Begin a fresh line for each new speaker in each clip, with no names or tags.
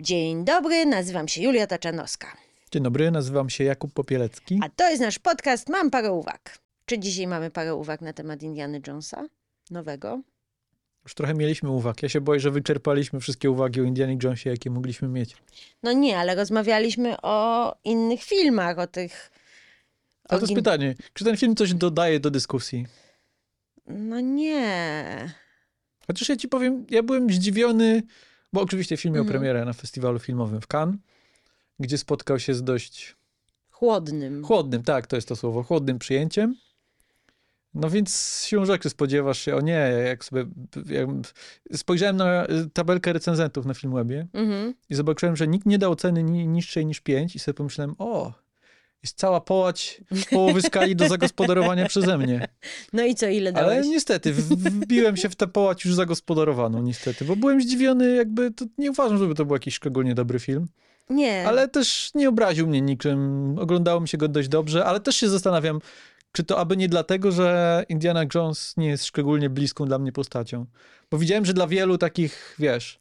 Dzień dobry, nazywam się Julia Taczanowska.
Dzień dobry, nazywam się Jakub Popielecki.
A to jest nasz podcast Mam parę uwag. Czy dzisiaj mamy parę uwag na temat Indiana Jonesa? Nowego?
Już trochę mieliśmy uwag. Ja się boję, że wyczerpaliśmy wszystkie uwagi o Indianie Jonesie, jakie mogliśmy mieć.
No nie, ale rozmawialiśmy o innych filmach, o tych...
Ale to jest pytanie, czy ten film coś dodaje do dyskusji?
No nie.
Chociaż ja ci powiem, ja byłem zdziwiony, bo oczywiście film miał premierę na festiwalu filmowym w Cannes, gdzie spotkał się z dość...
Chłodnym,
tak, to jest to słowo, chłodnym przyjęciem. No więc siłą rzeczy spodziewasz się, o nie, jak spojrzałem na tabelkę recenzentów na Filmwebie i zobaczyłem, że nikt nie dał oceny niższej niż 5 i sobie pomyślałem, jest cała połać połowy skali do zagospodarowania przeze mnie.
No i co, ile dałeś?
Ale niestety, wbiłem się w tę połać już zagospodarowaną, niestety, bo byłem zdziwiony, nie uważam, żeby to był jakiś szczególnie dobry film.
Nie.
Ale też nie obraził mnie niczym, oglądało mi się go dość dobrze, ale też się zastanawiam, czy to aby nie dlatego, że Indiana Jones nie jest szczególnie bliską dla mnie postacią. Bo widziałem, że dla wielu takich,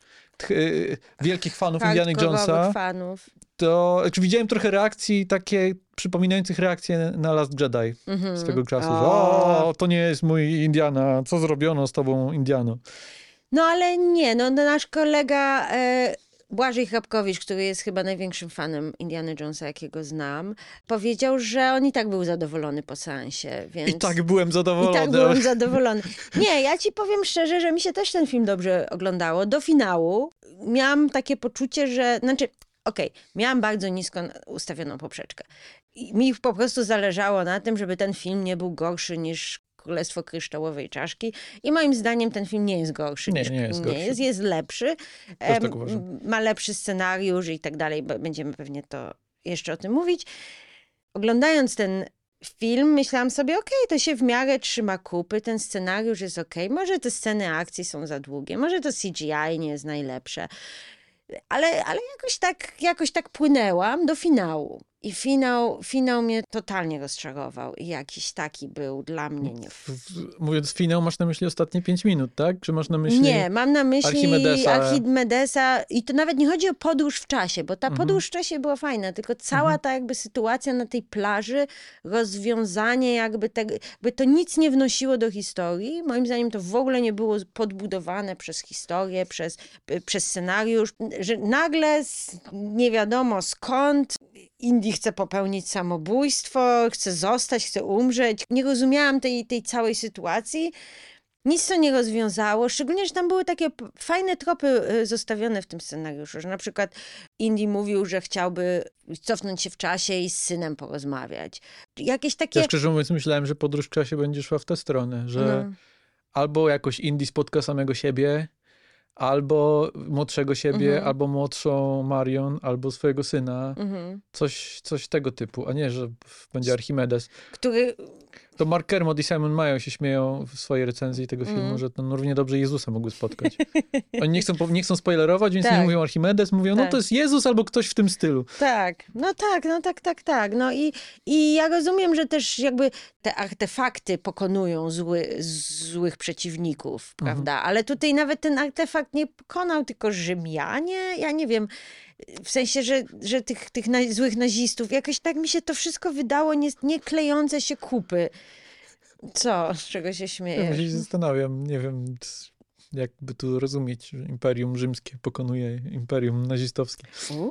wielkich fanów Indiana Jonesa,
fanów.
to widziałem trochę reakcji takie przypominających reakcje na Last Jedi swego czasu. Że, to nie jest mój Indiana, co zrobiono z tobą, Indiano?
No ale nie, nasz kolega... Błażej Hrabkowicz, który jest chyba największym fanem Indiana Jonesa, jakiego znam, powiedział, że on i tak był zadowolony po seansie, więc...
I tak byłem zadowolony.
Nie, ja ci powiem szczerze, że mi się też ten film dobrze oglądało. Do finału miałam takie poczucie, że... miałam bardzo nisko ustawioną poprzeczkę. I mi po prostu zależało na tym, żeby ten film nie był gorszy niż Królestwo Kryształowej Czaszki. I moim zdaniem ten film nie jest gorszy. Jest lepszy.
Tak uważam.
Ma lepszy scenariusz i tak dalej. Będziemy pewnie to jeszcze o tym mówić. Oglądając ten film, myślałam sobie, to się w miarę trzyma kupy, ten scenariusz jest może te sceny akcji są za długie, może to CGI nie jest najlepsze. Ale jakoś tak płynęłam do finału. I finał mnie totalnie rozczarował. I jakiś taki był dla mnie nie...
Mówiąc finał, masz na myśli ostatnie 5 minut, tak? Czy masz na myśli...
Nie, mam na myśli
Archimedesa.
I to nawet nie chodzi o podróż w czasie, bo ta podróż w czasie była fajna, tylko cała ta sytuacja na tej plaży, rozwiązanie jakby to nic nie wnosiło do historii. Moim zdaniem to w ogóle nie było podbudowane przez historię, przez scenariusz, że nagle nie wiadomo skąd Indy chce popełnić samobójstwo, chce umrzeć. Nie rozumiałam tej całej sytuacji. Nic to nie rozwiązało, szczególnie, że tam były takie fajne tropy zostawione w tym scenariuszu, że na przykład Indy mówił, że chciałby cofnąć się w czasie i z synem porozmawiać. Jakieś takie...
Ja szczerze mówiąc myślałem, że podróż w czasie będzie szła w tę stronę, że albo jakoś Indy spotka samego siebie, albo młodszego siebie, albo młodszą Marion, albo swojego syna. Coś tego typu, a nie, że będzie Archimedes.
Który...
To Mark Kermode i Simon Mayo się śmieją w swojej recenzji tego filmu, że to równie dobrze Jezusa mogły spotkać. Oni nie chcą spoilerować, więc nie mówią Archimedes, mówią, to jest Jezus albo ktoś w tym stylu.
Tak. No i ja rozumiem, że też jakby te artefakty pokonują złych przeciwników, prawda? Ale tutaj nawet ten artefakt nie pokonał tylko Rzymianie. Ja nie wiem, w sensie, że tych złych nazistów, jakoś tak mi się to wszystko wydało nie klejące się kupy. Co? Z czego się śmiejesz?
Ja się zastanawiam, nie wiem, jakby tu rozumieć, że Imperium Rzymskie pokonuje Imperium Nazistowskie.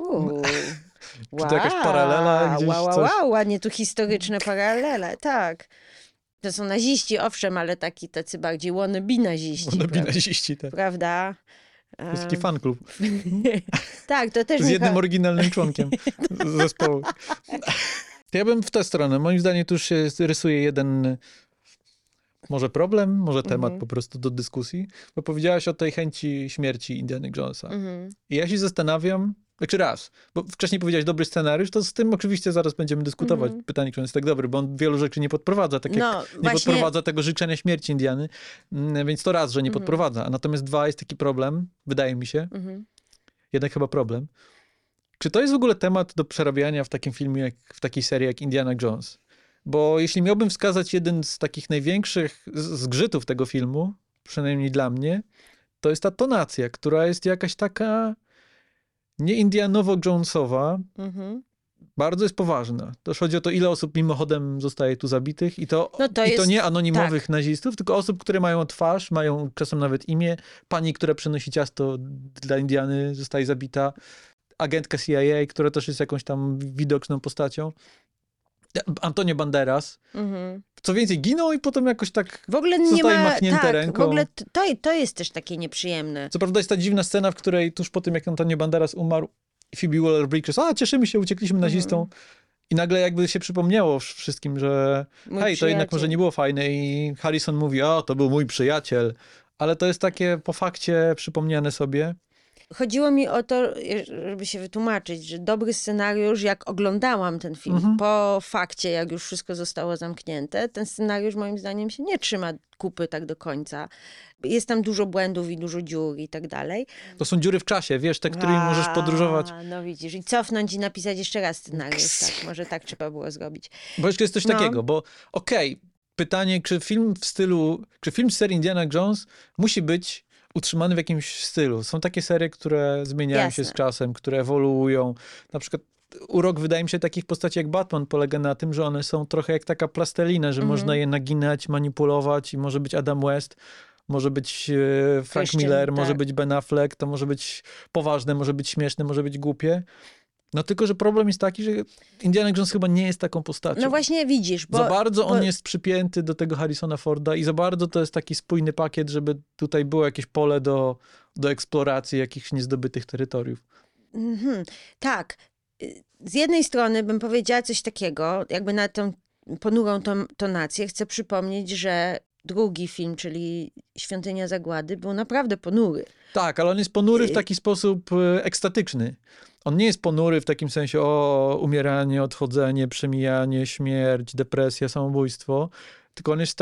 Czy to jakaś paralela gdzieś?
Ładnie tu historyczne paralele, tak. To są naziści, owszem, ale tacy bardziej wannabe naziści.
Naziści, tak.
Prawda?
To jest taki fan klub.
Tak, to też...
Z jednym oryginalnym członkiem zespołu. Ja bym w tę stronę. Moim zdaniem tu już się rysuje jeden może problem, może temat po prostu do dyskusji, bo powiedziałaś o tej chęci śmierci Indiana Jonesa. I ja się zastanawiam, bo wcześniej powiedziałaś dobry scenariusz, to z tym oczywiście zaraz będziemy dyskutować. Pytanie, czy on jest tak dobry, bo on wielu rzeczy nie podprowadza, podprowadza tego życzenia śmierci Indiany, więc to raz, że nie podprowadza. A natomiast dwa, jest taki problem, wydaje mi się, jednak chyba problem. Czy to jest w ogóle temat do przerabiania w takim filmie, w takiej serii jak Indiana Jones? Bo jeśli miałbym wskazać jeden z takich największych zgrzytów tego filmu, przynajmniej dla mnie, to jest ta tonacja, która jest jakaś taka nie Indianowo-Jonesowa,
Mhm.
bardzo jest poważna. To chodzi o to, ile osób mimochodem zostaje tu zabitych i to,
No to
i to
jest-
nie anonimowych nazistów, tylko osób, które mają twarz, mają czasem nawet imię. Pani, która przynosi ciasto dla Indiany, zostaje zabita. Agentka CIA, która też jest jakąś tam widoczną postacią. Antonio Banderas.
Mhm.
Co więcej, ginął i potem jakoś tak
W ogóle nie
zostaje
ma...
machnięte
Tak,
ręką.
w ogóle to jest też takie nieprzyjemne.
Co prawda jest ta dziwna scena, w której tuż po tym, jak Antonio Banderas umarł, Phoebe Waller-Bridge, cieszymy się, uciekliśmy nazistą. I nagle jakby się przypomniało wszystkim, że
Mój
hej, to jednak
przyjaciel.
może nie było fajne i Harrison mówi, to był mój przyjaciel. Ale to jest takie po fakcie przypomniane sobie.
Chodziło mi o to, żeby się wytłumaczyć, że dobry scenariusz, jak oglądałam ten film, po fakcie, jak już wszystko zostało zamknięte, ten scenariusz moim zdaniem się nie trzyma kupy tak do końca. Jest tam dużo błędów i dużo dziur i tak dalej.
To są dziury w czasie, wiesz, te, którymi możesz podróżować.
No widzisz, i cofnąć i napisać jeszcze raz scenariusz. Tak, może tak trzeba było zrobić.
Bo jeszcze jest coś takiego, bo pytanie, czy film z serii Indiana Jones musi być utrzymany w jakimś stylu. Są takie serie, które zmieniają się z czasem, które ewoluują. Na przykład urok, wydaje mi się, takich postaci jak Batman polega na tym, że one są trochę jak taka plastelina, że można je naginać, manipulować i może być Adam West, może być Frank Miller, może być Ben Affleck, to może być poważne, może być śmieszne, może być głupie. No tylko, że problem jest taki, że Indiana Jones chyba nie jest taką postacią.
No właśnie widzisz, bo...
Za bardzo on jest przypięty do tego Harrisona Forda i za bardzo to jest taki spójny pakiet, żeby tutaj było jakieś pole do eksploracji jakichś niezdobytych terytoriów.
Tak. Z jednej strony bym powiedziała coś takiego, jakby na tą ponurą tonację chcę przypomnieć, że drugi film, czyli Świątynia Zagłady, był naprawdę ponury.
Tak, ale on jest ponury w taki sposób ekstatyczny. On nie jest ponury w takim sensie umieranie, odchodzenie, przemijanie, śmierć, depresja, samobójstwo, tylko on jest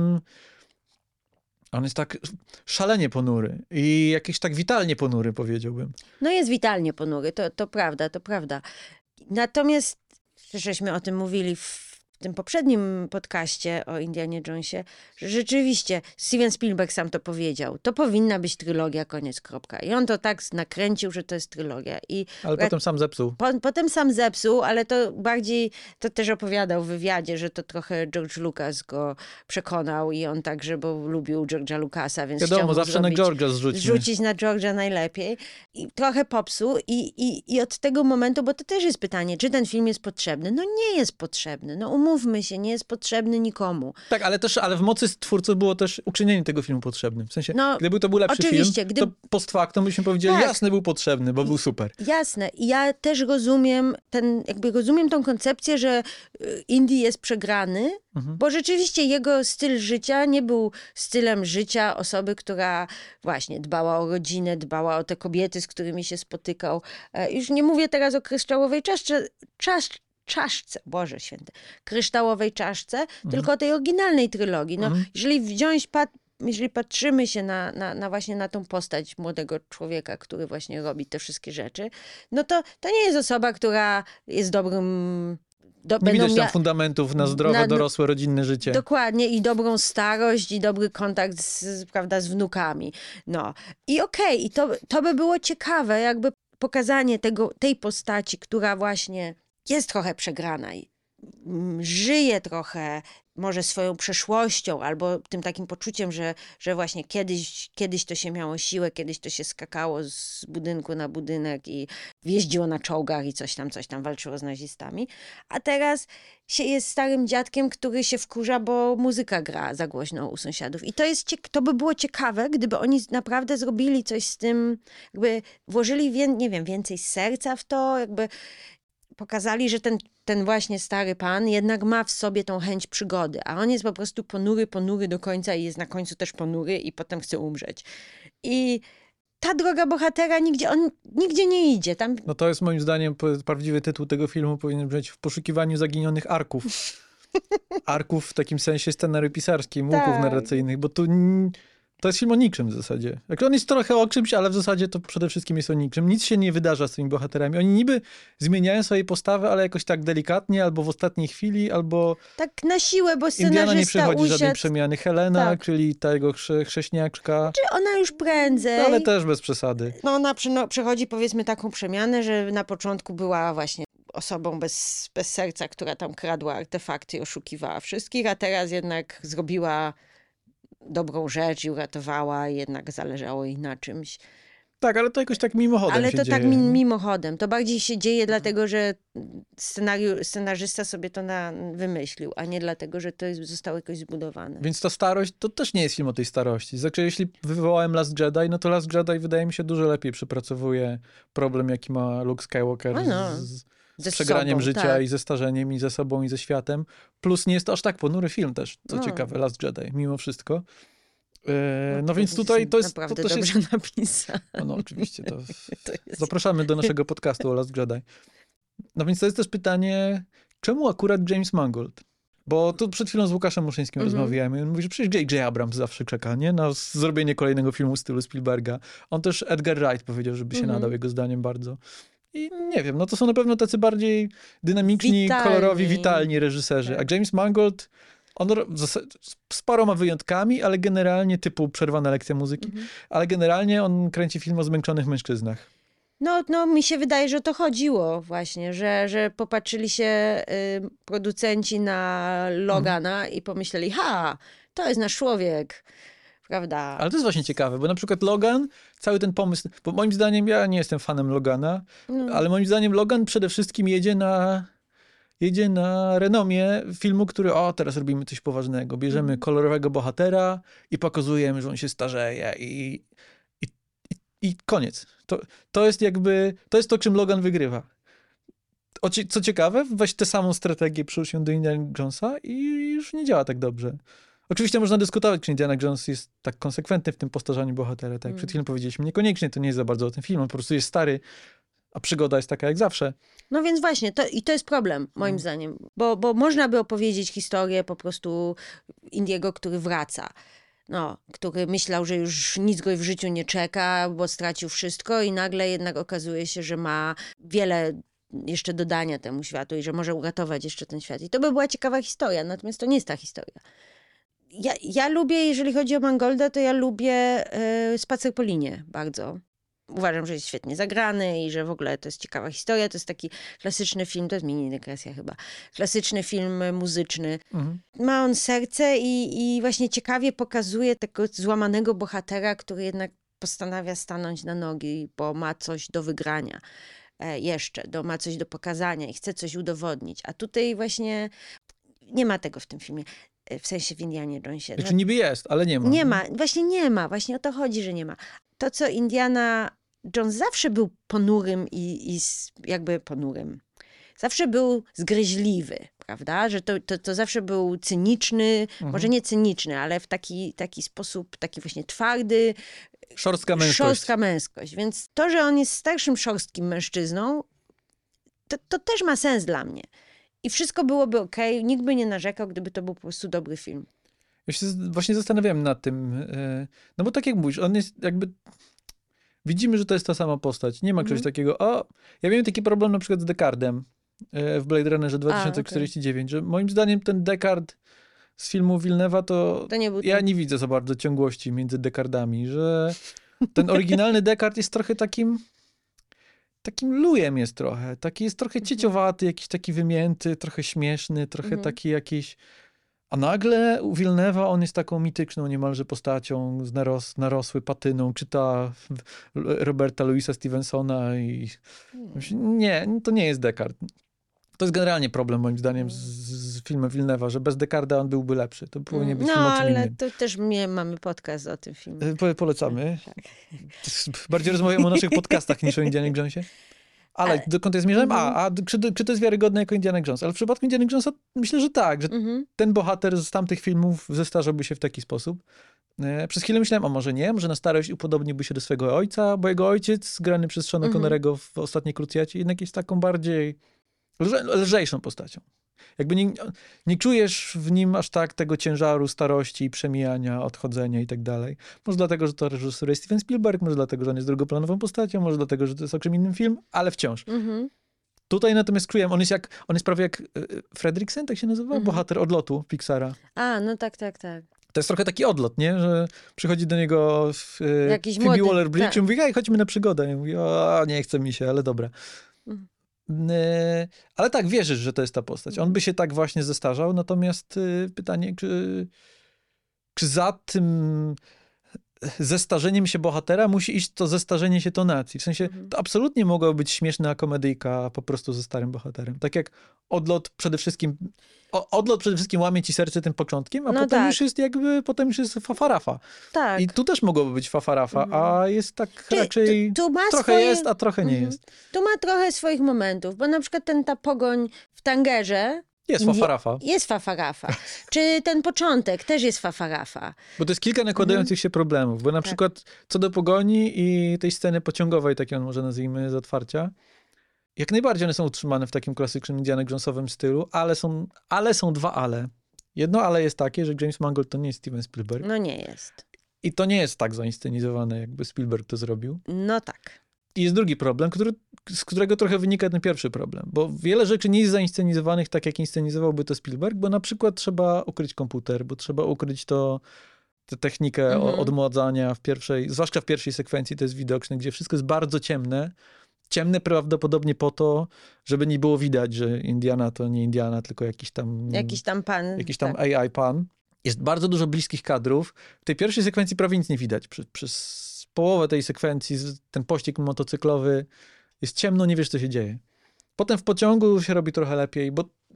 tak szalenie ponury i jakiś tak witalnie ponury, powiedziałbym.
No jest witalnie ponury, to prawda, to prawda. Natomiast, żeśmy o tym mówili w tym poprzednim podcaście o Indianie Jonesie, że rzeczywiście Steven Spielberg sam to powiedział. To powinna być trylogia, koniec, kropka. I on to tak nakręcił, że to jest trylogia.
Ale potem sam zepsuł.
Potem sam zepsuł, ale to bardziej, to też opowiadał w wywiadzie, że to trochę George Lucas go przekonał i on także, bo lubił George'a Lucasa, więc
wiadomo,
chciał
zawsze na George'a
zrzucić na George'a najlepiej. I trochę popsuł i od tego momentu, bo to też jest pytanie, czy ten film jest potrzebny? No nie jest potrzebny. No umówmy się, nie jest potrzebny nikomu.
Tak, ale w mocy twórców było też uczynienie tego filmu potrzebnym. W sensie, gdyby to był lepszy film, to post factum byśmy powiedzieli, jasne, był potrzebny, bo był super.
Jasne. I ja też rozumiem rozumiem tą koncepcję, że Indy jest przegrany, bo rzeczywiście jego styl życia nie był stylem życia osoby, która właśnie dbała o rodzinę, dbała o te kobiety, z którymi się spotykał. Już nie mówię teraz o kryształowej czaszce, Boże Święty, kryształowej czaszce, tylko o tej oryginalnej trylogii. No, jeżeli patrzymy się właśnie na tą postać młodego człowieka, który właśnie robi te wszystkie rzeczy, no to nie jest osoba, która jest dobrym...
Nie widać tam fundamentów na zdrowe, dorosłe, rodzinne życie.
Dokładnie, i dobrą starość, i dobry kontakt z wnukami. No. I okej, to by było ciekawe, jakby pokazanie tej postaci, która właśnie jest trochę przegrana i żyje trochę może swoją przeszłością albo tym takim poczuciem, że właśnie kiedyś to się miało siłę, kiedyś to się skakało z budynku na budynek i jeździło na czołgach i coś tam walczyło z nazistami, a teraz się jest starym dziadkiem, który się wkurza, bo muzyka gra za głośno u sąsiadów. I to by było ciekawe, gdyby oni naprawdę zrobili coś z tym, jakby włożyli, więcej serca w to, jakby pokazali, że ten właśnie stary pan jednak ma w sobie tą chęć przygody, a on jest po prostu ponury do końca i jest na końcu też ponury i potem chce umrzeć. I ta droga bohatera nigdzie nie idzie.
No to jest moim zdaniem prawdziwy tytuł tego filmu, powinien być W poszukiwaniu zaginionych arków. Arków w takim sensie scenariopisarskim, łuków narracyjnych, bo tu To jest film o niczym w zasadzie. On jest trochę o czymś, ale w zasadzie to przede wszystkim jest o niczym. Nic się nie wydarza z tymi bohaterami. Oni niby zmieniają swoje postawy, ale jakoś tak delikatnie, albo w ostatniej chwili, albo...
Tak na siłę, bo
Indiana
scenarzysta
nie przechodzi żadnej
usiadł...
przemiany. Helena,
Tak.
czyli ta jego chrześniaczka,
Czy ona już prędzej...
ale też bez przesady.
No ona przechodzi powiedzmy taką przemianę, że na początku była właśnie osobą bez serca, która tam kradła artefakty i oszukiwała wszystkich, a teraz jednak zrobiła dobrą rzecz i uratowała, i jednak zależało jej na czymś.
Tak, ale to jakoś tak mimochodem
Ale
się
to
dzieje.
tak mimochodem. To bardziej się dzieje dlatego, że scenarzysta sobie to wymyślił, a nie dlatego, że to zostało jakoś zbudowane.
Więc ta starość, to też nie jest film o tej starości. Znaczy, jeśli wywołałem Last Jedi, no to Last Jedi wydaje mi się dużo lepiej przepracowuje problem, jaki ma Luke Skywalker z przegraniem
sobą,
życia
tak.
i ze starzeniem, i ze sobą, i ze światem. Plus nie jest to aż tak ponury film też, co
No.
ciekawe, Last Jedi, mimo wszystko. No
to
więc
jest
tutaj to jest...
naprawdę
to też
dobrze
jest...
napisane.
No oczywiście, to...
To jest...
Zapraszamy do naszego podcastu o Last Jedi. No więc to jest też pytanie, czemu akurat James Mangold? Bo tu przed chwilą z Łukaszem Muszyńskim rozmawiamy i on mówi, że przecież J.J. Abrams zawsze czeka, nie? Na zrobienie kolejnego filmu w stylu Spielberga. On też, Edgar Wright powiedział, żeby się nadał, jego zdaniem bardzo. I nie wiem, no to są na pewno tacy bardziej dynamiczni, kolorowi, witalni reżyserzy.
Tak.
A James Mangold, on z paroma wyjątkami, ale generalnie, typu Przerwana lekcja muzyki, ale generalnie on kręci film o zmęczonych mężczyznach.
No, mi się wydaje, że o to chodziło właśnie, że popatrzyli się producenci na Logana i pomyśleli, to jest nasz człowiek, prawda?
Ale to jest właśnie ciekawe, bo na przykład Logan, cały ten pomysł, bo moim zdaniem, ja nie jestem fanem Logana, ale moim zdaniem Logan przede wszystkim jedzie na renomię filmu, który, teraz robimy coś poważnego. Bierzemy kolorowego bohatera i pokazujemy, że on się starzeje i koniec. To jest jakby, to jest to, czym Logan wygrywa. Co ciekawe, weź tę samą strategię przyłóż się do Indiana Jonesa i już nie działa tak dobrze. Oczywiście można dyskutować, czy Indiana Jones jest tak konsekwentny w tym powtarzaniu bohatera, tak jak przed chwilą powiedzieliśmy. Niekoniecznie, to nie jest za bardzo o tym film, on po prostu jest stary, a przygoda jest taka jak zawsze.
No więc właśnie, to jest problem, moim zdaniem, bo można by opowiedzieć historię po prostu Indiego, który wraca. Który myślał, że już nic go w życiu nie czeka, bo stracił wszystko i nagle jednak okazuje się, że ma wiele jeszcze dodania temu światu i że może uratować jeszcze ten świat. I to by była ciekawa historia, natomiast to nie jest ta historia. Ja lubię, jeżeli chodzi o Mangolda, to ja lubię Spacer po linie bardzo. Uważam, że jest świetnie zagrany i że w ogóle to jest ciekawa historia. To jest taki klasyczny film, to jest mini dygresja chyba, klasyczny film muzyczny. Ma on serce i właśnie ciekawie pokazuje tego złamanego bohatera, który jednak postanawia stanąć na nogi, bo ma coś do wygrania jeszcze, ma coś do pokazania i chce coś udowodnić. A tutaj właśnie nie ma tego w tym filmie. W sensie w Indianie Jonesie.
Znaczy niby jest, ale nie ma.
Nie ma, właśnie o to chodzi, że nie ma. To, co Indiana Jones zawsze był ponurym i jakby ponurym. Zawsze był zgryźliwy, prawda? Że to zawsze był cyniczny, może nie cyniczny, ale w taki sposób, taki właśnie twardy.
Szorstka męskość.
Więc to, że on jest starszym, szorstkim mężczyzną, to też ma sens dla mnie. I wszystko byłoby okej, nikt by nie narzekał, gdyby to był po prostu dobry film.
Ja się właśnie zastanawiałem nad tym, no bo tak jak mówisz, on jest jakby... Widzimy, że to jest ta sama postać. Nie ma czegoś takiego, ja miałem taki problem na przykład z Deckardem w Blade Runnerze 2049, że moim zdaniem ten Deckard z filmu Villeneuve'a to
nie był
ja nie widzę za bardzo ciągłości między Deckardami, że ten oryginalny Deckard jest trochę takim lujem jest trochę. Taki jest trochę cieciowaty, jakiś taki wymięty, trochę śmieszny, trochę taki jakiś... A nagle u Villeneuve'a on jest taką mityczną niemalże postacią, narosły patyną, czyta Roberta Louisa Stevensona i... Nie, to nie jest Deckard. To jest generalnie problem moim zdaniem z filmem Villeneuve'a, że bez Deckarda on byłby lepszy. To powinien być film o czym innym.
To też mamy podcast o tym filmie.
Polecamy. Bardziej rozmawiamy o naszych podcastach niż o Indianie Jonesie. Ale dokąd ja zmierzałem? Czy to jest wiarygodne jako Indiana Jones? Ale w przypadku Indiana Jonesa myślę, że tak, że ten bohater z tamtych filmów zestarzałby się w taki sposób. Przez chwilę myślałem, może nie, może na starość upodobniłby się do swojego ojca, bo jego ojciec, grany przez Seana Connerego w Ostatniej Krucjacie, jednak jest taką bardziej lżejszą postacią. Jakby nie czujesz w nim aż tak tego ciężaru starości, przemijania, odchodzenia i tak dalej. Może dlatego, że to reżyseruje Steven Spielberg, może dlatego, że on jest drugoplanową postacią, może dlatego, że to jest okrzem innym film, ale wciąż. Tutaj natomiast czujemy, on jest prawie jak Fredricksen, tak się nazywa? Bohater Odlotu Pixara.
A, no tak.
To jest trochę taki odlot, nie? Że przychodzi do niego
Jakiś
Phoebe
młody,
Waller-Bridge
tak.
i mówi, chodźmy na przygodę. I mówi, nie chce mi się, ale dobra. Ale tak, wierzysz, że to jest ta postać. On by się tak właśnie zestarzał, natomiast pytanie, czy za tym zestarzeniem się bohatera musi iść to zestarzenie się tonacji. W sensie, to absolutnie mogła być śmieszna komedyjka po prostu ze starym bohaterem. Tak jak Odlot przede wszystkim łamie ci serce tym początkiem, a potem już jest fafarafa.
Tak.
I tu też mogłoby być fafarafa, a jest tak raczej
tu ma
trochę
swoje...
jest, a trochę nie jest.
Tu ma trochę swoich momentów, bo na przykład ta pogoń w Tangerze
jest fafarafa.
Jest fafarafa. Czy ten początek też jest fafarafa.
Bo to jest kilka nakładających się problemów, bo na przykład co do pogoni i tej sceny pociągowej, takiej on może nazwijmy z otwarcia, jak najbardziej one są utrzymane w takim klasycznym Indiana Jonesowym stylu, ale są dwa ale. Jedno ale jest takie, że James Mangold to nie jest Steven Spielberg.
No nie jest.
I to nie jest tak zainscenizowane, jakby Spielberg to zrobił.
No tak.
I jest drugi problem, z którego trochę wynika ten pierwszy problem, bo wiele rzeczy nie jest zainscenizowanych tak, jak inscenizowałby to Spielberg, bo na przykład trzeba ukryć komputer, bo trzeba ukryć tę technikę odmładzania zwłaszcza w pierwszej sekwencji, to jest widoczne, gdzie wszystko jest bardzo ciemne. Ciemne prawdopodobnie po to, żeby nie było widać, że Indiana to nie Indiana, tylko jakiś tam
pan.
Jakiś tam AI pan. Jest bardzo dużo bliskich kadrów. W tej pierwszej sekwencji prawie nic nie widać. Przez połowę tej sekwencji ten pościg motocyklowy jest ciemno, nie wiesz, co się dzieje. Potem w pociągu się robi trochę lepiej,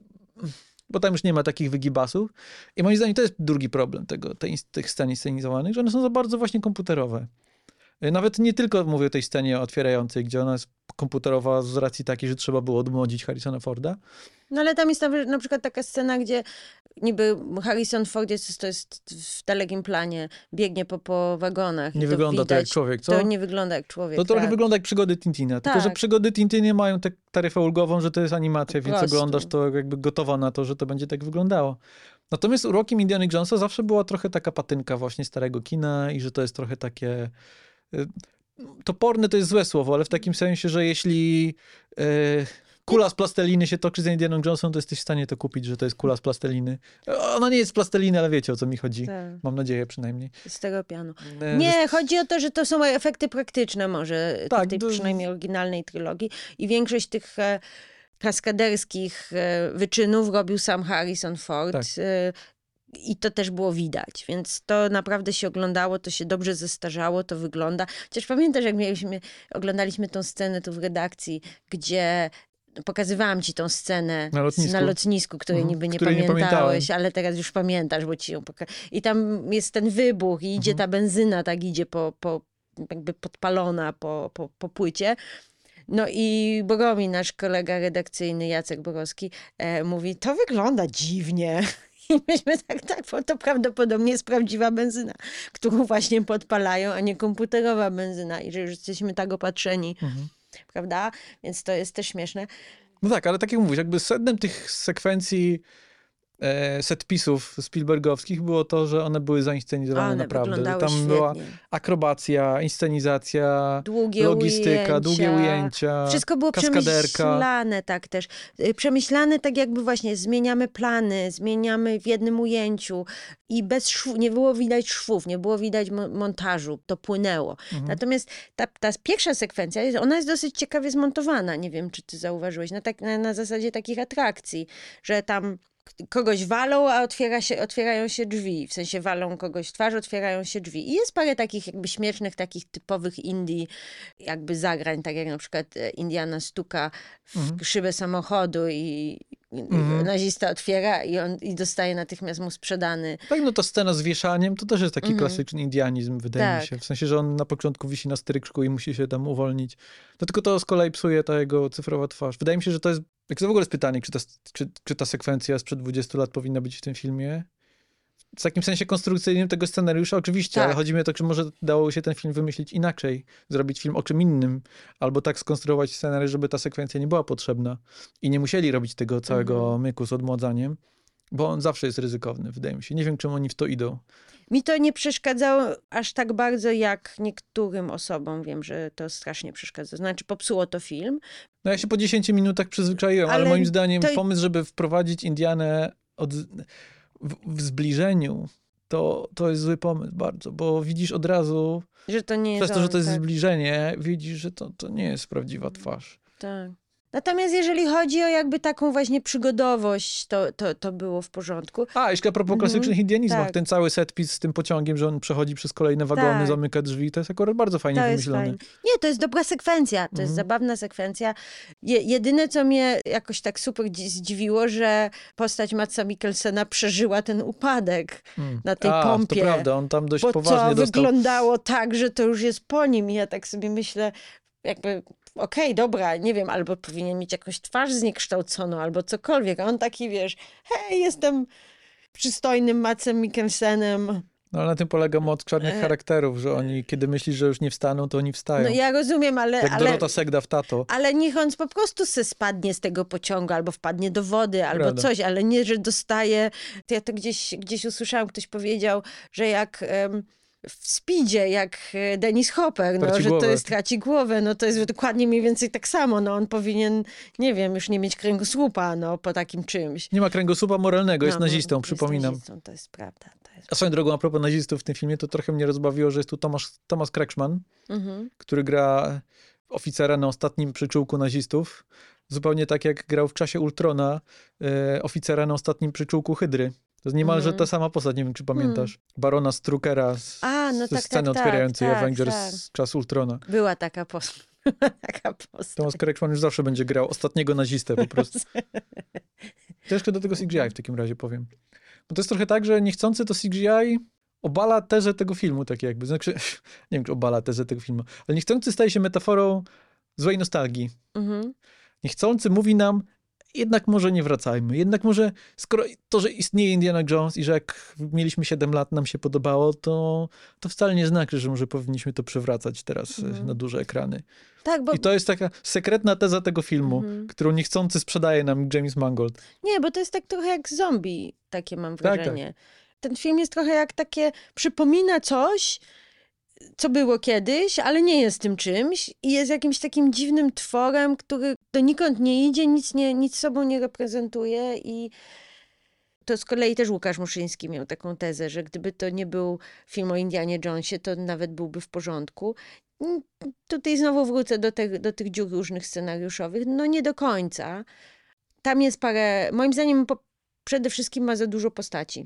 bo tam już nie ma takich wygibasów. I moim zdaniem to jest drugi problem tych scen inscenizowanych, że one są za bardzo właśnie komputerowe. Nawet nie tylko mówię o tej scenie otwierającej, gdzie ona jest komputerowa z racji takiej, że trzeba było odmłodzić Harrisona Forda.
No ale tam jest na przykład taka scena, gdzie niby Harrison Ford to jest w dalekim planie, biegnie po wagonach.
Nie wygląda to jak człowiek, co?
To nie wygląda jak człowiek,
To trochę wygląda jak przygody Tintina. Tylko, że przygody Tintinie mają tę taryfę ulgową, że to jest animacja, więc oglądasz to jakby gotowa na to, że to będzie tak wyglądało. Natomiast urokiem Indiana Jonesa zawsze była trochę taka patynka właśnie starego kina i że to jest trochę takie... Toporne to jest złe słowo, ale w takim sensie, że jeśli kula z plasteliny się toczy z Indianą Jonesem, to jesteś w stanie to kupić, że to jest kula z plasteliny. Ona nie jest z plasteliny, ale wiecie, o co mi chodzi.
Tak.
Mam nadzieję przynajmniej.
Z tego pianu. Nie, chodzi o to, że to są efekty praktyczne może
tak,
tej przynajmniej oryginalnej trylogii i większość tych kaskaderskich wyczynów robił sam Harrison Ford. Tak. I to też było widać, więc to naprawdę się oglądało, to się dobrze zestarzało, to wygląda. Chociaż pamiętasz, jak oglądaliśmy tą scenę tu w redakcji, gdzie pokazywałam ci tą scenę na lotnisku, której niby nie pamiętałeś, ale teraz już pamiętasz, bo ci ją I tam jest ten wybuch i idzie ta benzyna, tak idzie jakby podpalona po płycie. No i Boromi, nasz kolega redakcyjny Jacek Borowski, mówi, to wygląda dziwnie. I myśmy tak, to prawdopodobnie jest prawdziwa benzyna, którą właśnie podpalają, a nie komputerowa benzyna. I że już jesteśmy tak opatrzeni, prawda? Więc to jest też śmieszne.
No tak, ale tak jak mówisz, jakby sednem tych sekwencji setpisów Spielbergowskich było to, że one były zainscenizowane naprawdę. Tam
świetnie.
Była akrobacja, inscenizacja, logistyka, długie ujęcia,
wszystko było przemyślane tak też. Przemyślane tak jakby właśnie zmieniamy plany, zmieniamy w jednym ujęciu i bez szwów, nie było widać szwów, nie było widać montażu, to płynęło. Natomiast ta pierwsza sekwencja, ona jest dosyć ciekawie zmontowana. Nie wiem, czy ty zauważyłeś, na zasadzie takich atrakcji, że tam kogoś walą, a otwierają się drzwi. W sensie walą kogoś w twarz, otwierają się drzwi. I jest parę takich jakby śmiesznych, takich typowych indie jakby zagrań, tak jak na przykład Indiana stuka w szybę samochodu i nazista otwiera i dostaje natychmiast mu sprzedany.
Tak, no to scena z wieszaniem to też jest taki klasyczny indianizm, wydaje mi się. W sensie, że on na początku wisi na stryczku i musi się tam uwolnić. No tylko to z kolei psuje ta jego cyfrowa twarz. Wydaje mi się, że to jest... Jak to w ogóle jest pytanie, czy ta sekwencja sprzed 20 lat powinna być w tym filmie? w takim sensie konstrukcyjnym tego scenariusza oczywiście,
Tak.
ale chodzi mi o to, że może dało się ten film wymyślić inaczej, zrobić film o czym innym, albo tak skonstruować scenariusz, żeby ta sekwencja nie była potrzebna i nie musieli robić tego całego myku z odmładzaniem, bo on zawsze jest ryzykowny, wydaje mi się. Nie wiem, czemu oni w to idą.
Mi to nie przeszkadzało aż tak bardzo, jak niektórym osobom. Wiem, że to strasznie przeszkadza. Znaczy, popsuło to film.
No ja się po 10 minutach przyzwyczaiłem, ale moim zdaniem pomysł, żeby wprowadzić Indianę w zbliżeniu, to jest zły pomysł bardzo, bo widzisz od razu,
że to nie jest
przez to, że to jest
tak.
zbliżenie, widzisz, że to nie jest prawdziwa twarz.
Tak. Natomiast jeżeli chodzi o jakby taką właśnie przygodowość, to było w porządku.
Jeszcze a propos klasycznych indianizmów,
tak.
ten cały setpis z tym pociągiem, że on przechodzi przez kolejne wagony, zamyka drzwi, to jest akurat bardzo fajnie wymyślone.
Fajnie. Nie, to jest dobra sekwencja, to jest zabawna sekwencja. Jedyne, co mnie jakoś tak super zdziwiło, że postać Madsa Mikkelsena przeżyła ten upadek na tej pompie.
To prawda, on tam dość
bo
poważnie
to
dostał.
wyglądało tak, że to już jest po nim i ja tak sobie myślę, jakby okej, dobra, nie wiem, albo powinien mieć jakąś twarz zniekształconą, albo cokolwiek, a on taki, wiesz, hej, jestem przystojnym Madsem Mikkelsenem.
No ale na tym polega moc czarnych charakterów, że oni, kiedy myślisz, że już nie wstaną, to oni wstają.
No ja rozumiem, ale...
Jak Dorota Segda w Tato.
Ale niech on po prostu se spadnie z tego pociągu, albo wpadnie do wody, albo coś, ale nie, że dostaje... To ja to gdzieś usłyszałam, ktoś powiedział, że jak... w Speedzie, jak Dennis Hopper, że to jest traci głowę, no to jest dokładnie mniej więcej tak samo, no on powinien, nie wiem, już nie mieć kręgosłupa, no po takim czymś.
Nie ma kręgosłupa moralnego, jest nazistą, przypominam.
Jest nazistą, to jest prawda.
A swoją drogą, a propos nazistów w tym filmie, to trochę mnie rozbawiło, że jest tu Thomas Kretschmann, który gra oficera na ostatnim przyczółku nazistów, zupełnie tak jak grał w czasie Ultrona oficera na ostatnim przyczółku Hydry. To jest niemalże ta sama postać, nie wiem, czy pamiętasz. Barona Struckera ze sceny otwierającej Avengers z czasu Ultrona.
Była taka postać.
Thomas Kretschmann już zawsze będzie grał ostatniego nazistę po prostu. To jeszcze do tego CGI w takim razie powiem. Bo to jest trochę tak, że niechcący to CGI obala tezę tego filmu, tak jakby. Znaczy, nie wiem, czy obala tezę tego filmu, ale niechcący staje się metaforą złej nostalgii. Niechcący mówi nam, jednak może nie wracajmy. Jednak może, skoro to, że istnieje Indiana Jones i że jak mieliśmy 7 lat, nam się podobało, to wcale nie znaczy, że może powinniśmy to przewracać teraz na duże ekrany.
Tak, bo...
I to jest taka sekretna teza tego filmu, którą niechcący sprzedaje nam James Mangold.
Nie, bo to jest tak trochę jak zombie, takie mam wrażenie. Tak. Ten film jest trochę jak takie, przypomina coś, co było kiedyś, ale nie jest tym czymś i jest jakimś takim dziwnym tworem, który donikąd nie idzie, nic sobą nie reprezentuje i to z kolei też Łukasz Muszyński miał taką tezę, że gdyby to nie był film o Indianie Jonesie, to nawet byłby w porządku. Tutaj znowu wrócę do tych dziur różnych scenariuszowych. No nie do końca. Tam jest parę, moim zdaniem przede wszystkim ma za dużo postaci.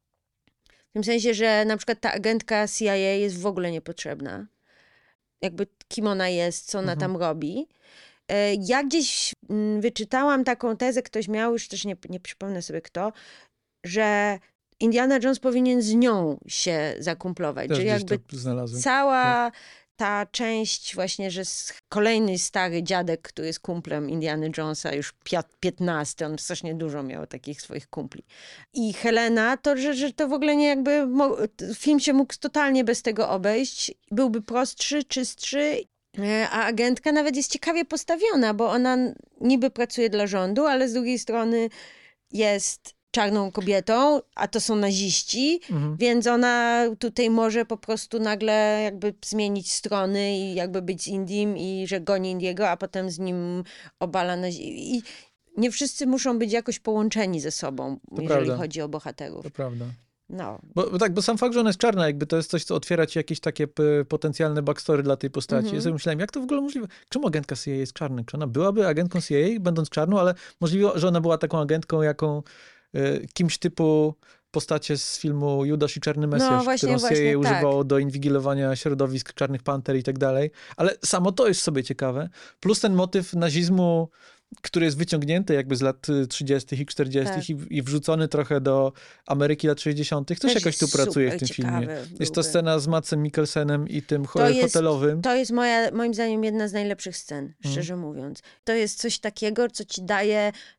W tym sensie, że na przykład ta agentka CIA jest w ogóle niepotrzebna. Jakby kim ona jest, co ona tam robi. Ja gdzieś wyczytałam taką tezę, ktoś miał, już też nie przypomnę sobie kto, że Indiana Jones powinien z nią się zakumplować.
Też
że jakby cała ta część właśnie, że kolejny stary dziadek, który jest kumplem Indiana Jonesa, już 15, on strasznie dużo miał takich swoich kumpli. I Helena, to że to w ogóle nie jakby, film się mógł totalnie bez tego obejść, byłby prostszy, czystszy, a agentka nawet jest ciekawie postawiona, bo ona niby pracuje dla rządu, ale z drugiej strony jest czarną kobietą, a to są naziści, więc ona tutaj może po prostu nagle jakby zmienić strony i jakby być z Indim i że goni Indiego, a potem z nim obala i nie wszyscy muszą być jakoś połączeni ze sobą, jeżeli chodzi o bohaterów.
To prawda.
No.
Bo sam fakt, że ona jest czarna, jakby to jest coś, co otwiera ci jakieś takie potencjalne backstory dla tej postaci. Ja sobie myślałem, jak to w ogóle możliwe? Czemu agentka CIA jest czarna? Czy ona byłaby agentką CIA, będąc czarną, ale możliwe, że ona była taką agentką, jaką kimś typu postacie z filmu Judasz i Czarny Mesjasz, którą CIA używało do inwigilowania środowisk Czarnych Panter i tak dalej. Ale samo to jest sobie ciekawe. Plus ten motyw nazizmu, który jest wyciągnięty jakby z lat 30. i 40. i wrzucony trochę do Ameryki lat 60. Też jakoś tu pracuje w tym filmie. Jest to scena z Madsem Mikkelsenem i tym hotelowym.
To jest moim zdaniem jedna z najlepszych scen, szczerze mówiąc. To jest coś takiego, co ci daje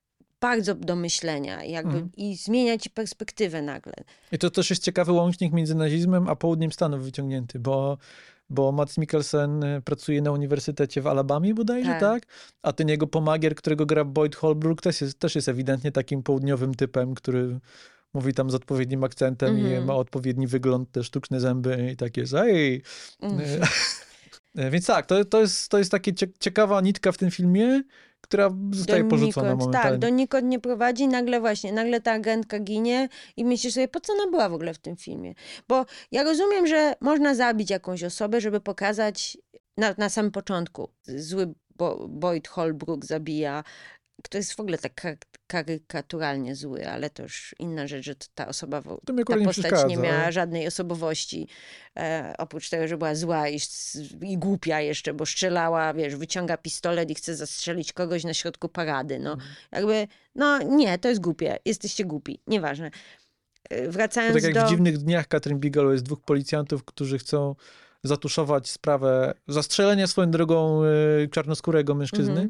bardzo do myślenia jakby i zmienia ci perspektywę nagle.
I to też jest ciekawy łącznik między nazizmem a południem Stanów wyciągnięty, bo Mads Mikkelsen pracuje na uniwersytecie w Alabamie bodajże, tak? A ten jego pomagier, którego gra Boyd Holbrook, też jest ewidentnie takim południowym typem, który mówi tam z odpowiednim akcentem i ma odpowiedni wygląd, te sztuczne zęby i tak jest. Ej! Więc tak, to jest taka ciekawa nitka w tym filmie, która zostaje porzucona momentalnie.
Tak, donikąd nie prowadzi, nagle ta agentka ginie i myślisz sobie, po co ona była w ogóle w tym filmie? Bo ja rozumiem, że można zabić jakąś osobę, żeby pokazać na samym początku. Zły Boyd Holbrook zabija, kto jest w ogóle tak karykaturalnie zły, ale to już inna rzecz, że ta osoba, ta postać nie miała żadnej osobowości, oprócz tego, że była zła i głupia jeszcze, bo strzelała, wiesz, wyciąga pistolet i chce zastrzelić kogoś na środku parady, no. Jakby, no nie, to jest głupie, jesteście głupi, nieważne. Wracając
tak jak w Dziwnych dniach Katrin Bigelow jest dwóch policjantów, którzy chcą zatuszować sprawę zastrzelenia swoją drogą czarnoskórego mężczyzny.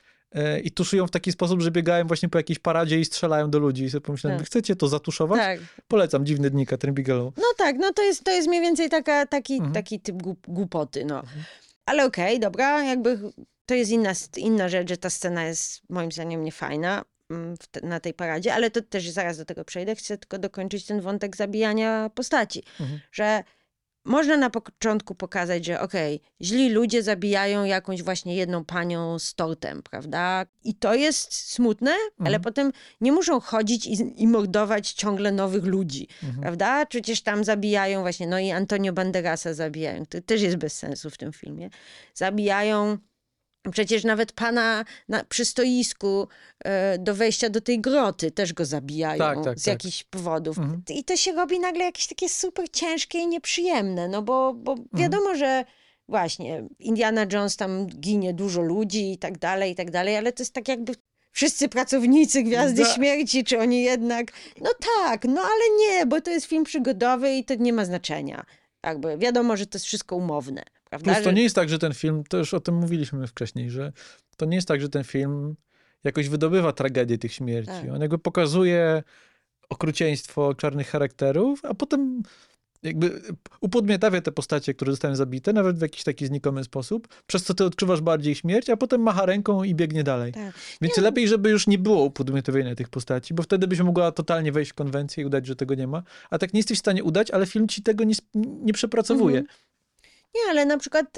I tuszują w taki sposób, że biegają właśnie po jakiejś paradzie i strzelają do ludzi. I sobie pomyślałem, chcecie to zatuszować? Tak. Polecam Dziwne dni Katrin Bigelow.
No tak, no to jest mniej więcej taki typ głupoty, no. Ale okej, dobra, jakby to jest inna rzecz, że ta scena jest moim zdaniem niefajna na tej paradzie, ale to też zaraz do tego przejdę. Chcę tylko dokończyć ten wątek zabijania postaci, że można na początku pokazać, że źli ludzie zabijają jakąś właśnie jedną panią z tortem, prawda? I to jest smutne, ale potem nie muszą chodzić i mordować ciągle nowych ludzi, prawda? Przecież tam zabijają właśnie, no i Antonio Banderasa zabijają, to też jest bez sensu w tym filmie. Zabijają przecież nawet pana przy stoisku do wejścia do tej groty też go zabijają z jakichś powodów. I to się robi nagle jakieś takie super ciężkie i nieprzyjemne, no bo wiadomo, że właśnie Indiana Jones tam ginie dużo ludzi i tak dalej, ale to jest tak jakby wszyscy pracownicy Gwiazdy Śmierci, czy oni jednak, no tak, no ale nie, bo to jest film przygodowy i to nie ma znaczenia. Jakby wiadomo, że to jest wszystko umowne. Prawda?
Plus to nie jest tak, że ten film, to już o tym mówiliśmy wcześniej, że to nie jest tak, że ten film jakoś wydobywa tragedię tych śmierci. Tak. On jakby pokazuje okrucieństwo czarnych charakterów, a potem jakby upodmiotawia te postacie, które zostają zabite, nawet w jakiś taki znikomy sposób, przez co ty odczuwasz bardziej śmierć, a potem macha ręką i biegnie dalej. Tak. Więc lepiej, żeby już nie było upodmiotowienia tych postaci, bo wtedy byś mogła totalnie wejść w konwencję i udać, że tego nie ma. A tak nie jesteś w stanie udać, ale film ci tego nie przepracowuje.
Nie, ale na przykład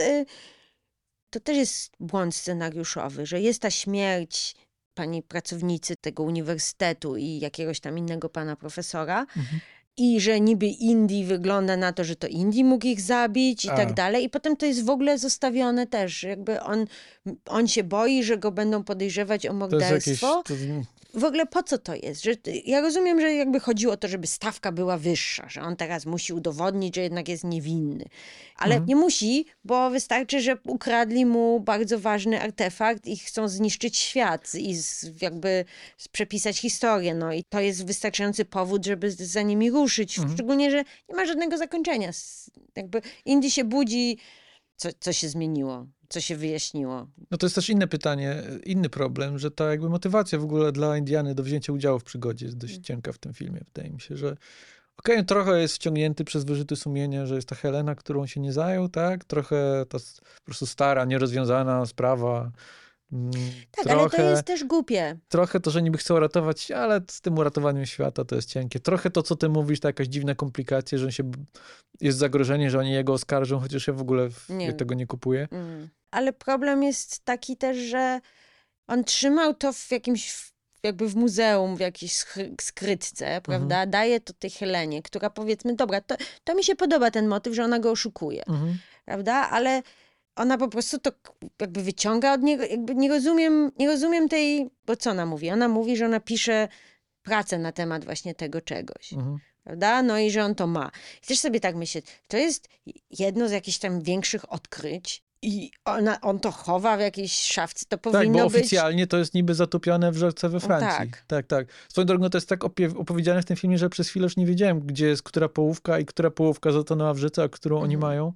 to też jest błąd scenariuszowy, że jest ta śmierć pani pracownicy tego uniwersytetu i jakiegoś tam innego pana profesora i że niby Indy wygląda na to, że to Indy mógł ich zabić i tak dalej. I potem to jest w ogóle zostawione też, jakby on się boi, że go będą podejrzewać o morderstwo. W ogóle po co to jest? Że ja rozumiem, że jakby chodziło o to, żeby stawka była wyższa, że on teraz musi udowodnić, że jednak jest niewinny. Ale nie musi, bo wystarczy, że ukradli mu bardzo ważny artefakt i chcą zniszczyć świat i jakby przepisać historię. No i to jest wystarczający powód, żeby za nimi ruszyć. Szczególnie, że nie ma żadnego zakończenia. Jakby Indy się budzi, co się zmieniło? Co się wyjaśniło?
No to jest też inne pytanie, inny problem, że ta jakby motywacja w ogóle dla Indiany do wzięcia udziału w przygodzie jest dość cienka w tym filmie. Wydaje mi się, że trochę jest wciągnięty przez wyrzuty sumienia, że jest ta Helena, którą się nie zajął, tak? Trochę ta po prostu stara, nierozwiązana sprawa.
Tak, trochę, ale to jest też głupie.
Trochę to, że niby chcą ratować, ale z tym uratowaniem świata to jest cienkie. Trochę to, co ty mówisz, to jakaś dziwna komplikacja, że jest zagrożenie, że oni jego oskarżą, chociaż ja w ogóle tego nie kupuję.
Ale problem jest taki też, że on trzymał to w jakimś, jakby w muzeum, w jakiejś skrytce, prawda? Daje to tej Helenie, która powiedzmy, dobra, to mi się podoba ten motyw, że ona go oszukuje, prawda? Ale ona po prostu to jakby wyciąga od niego, jakby nie rozumiem tej, bo co ona mówi? Ona mówi, że ona pisze pracę na temat właśnie tego czegoś. Prawda? No i że on to ma. I też sobie tak myśleć, to jest jedno z jakichś tam większych odkryć i on to chowa w jakiejś szafce, to powinno
być... Tak, bo
być...
oficjalnie to jest niby zatopione w rzece we Francji. Tak. Swoją drogą to jest tak opowiedziane w tym filmie, że przez chwilę już nie wiedziałem, gdzie jest która połówka i która połówka zatonęła w rzece, a którą oni mają.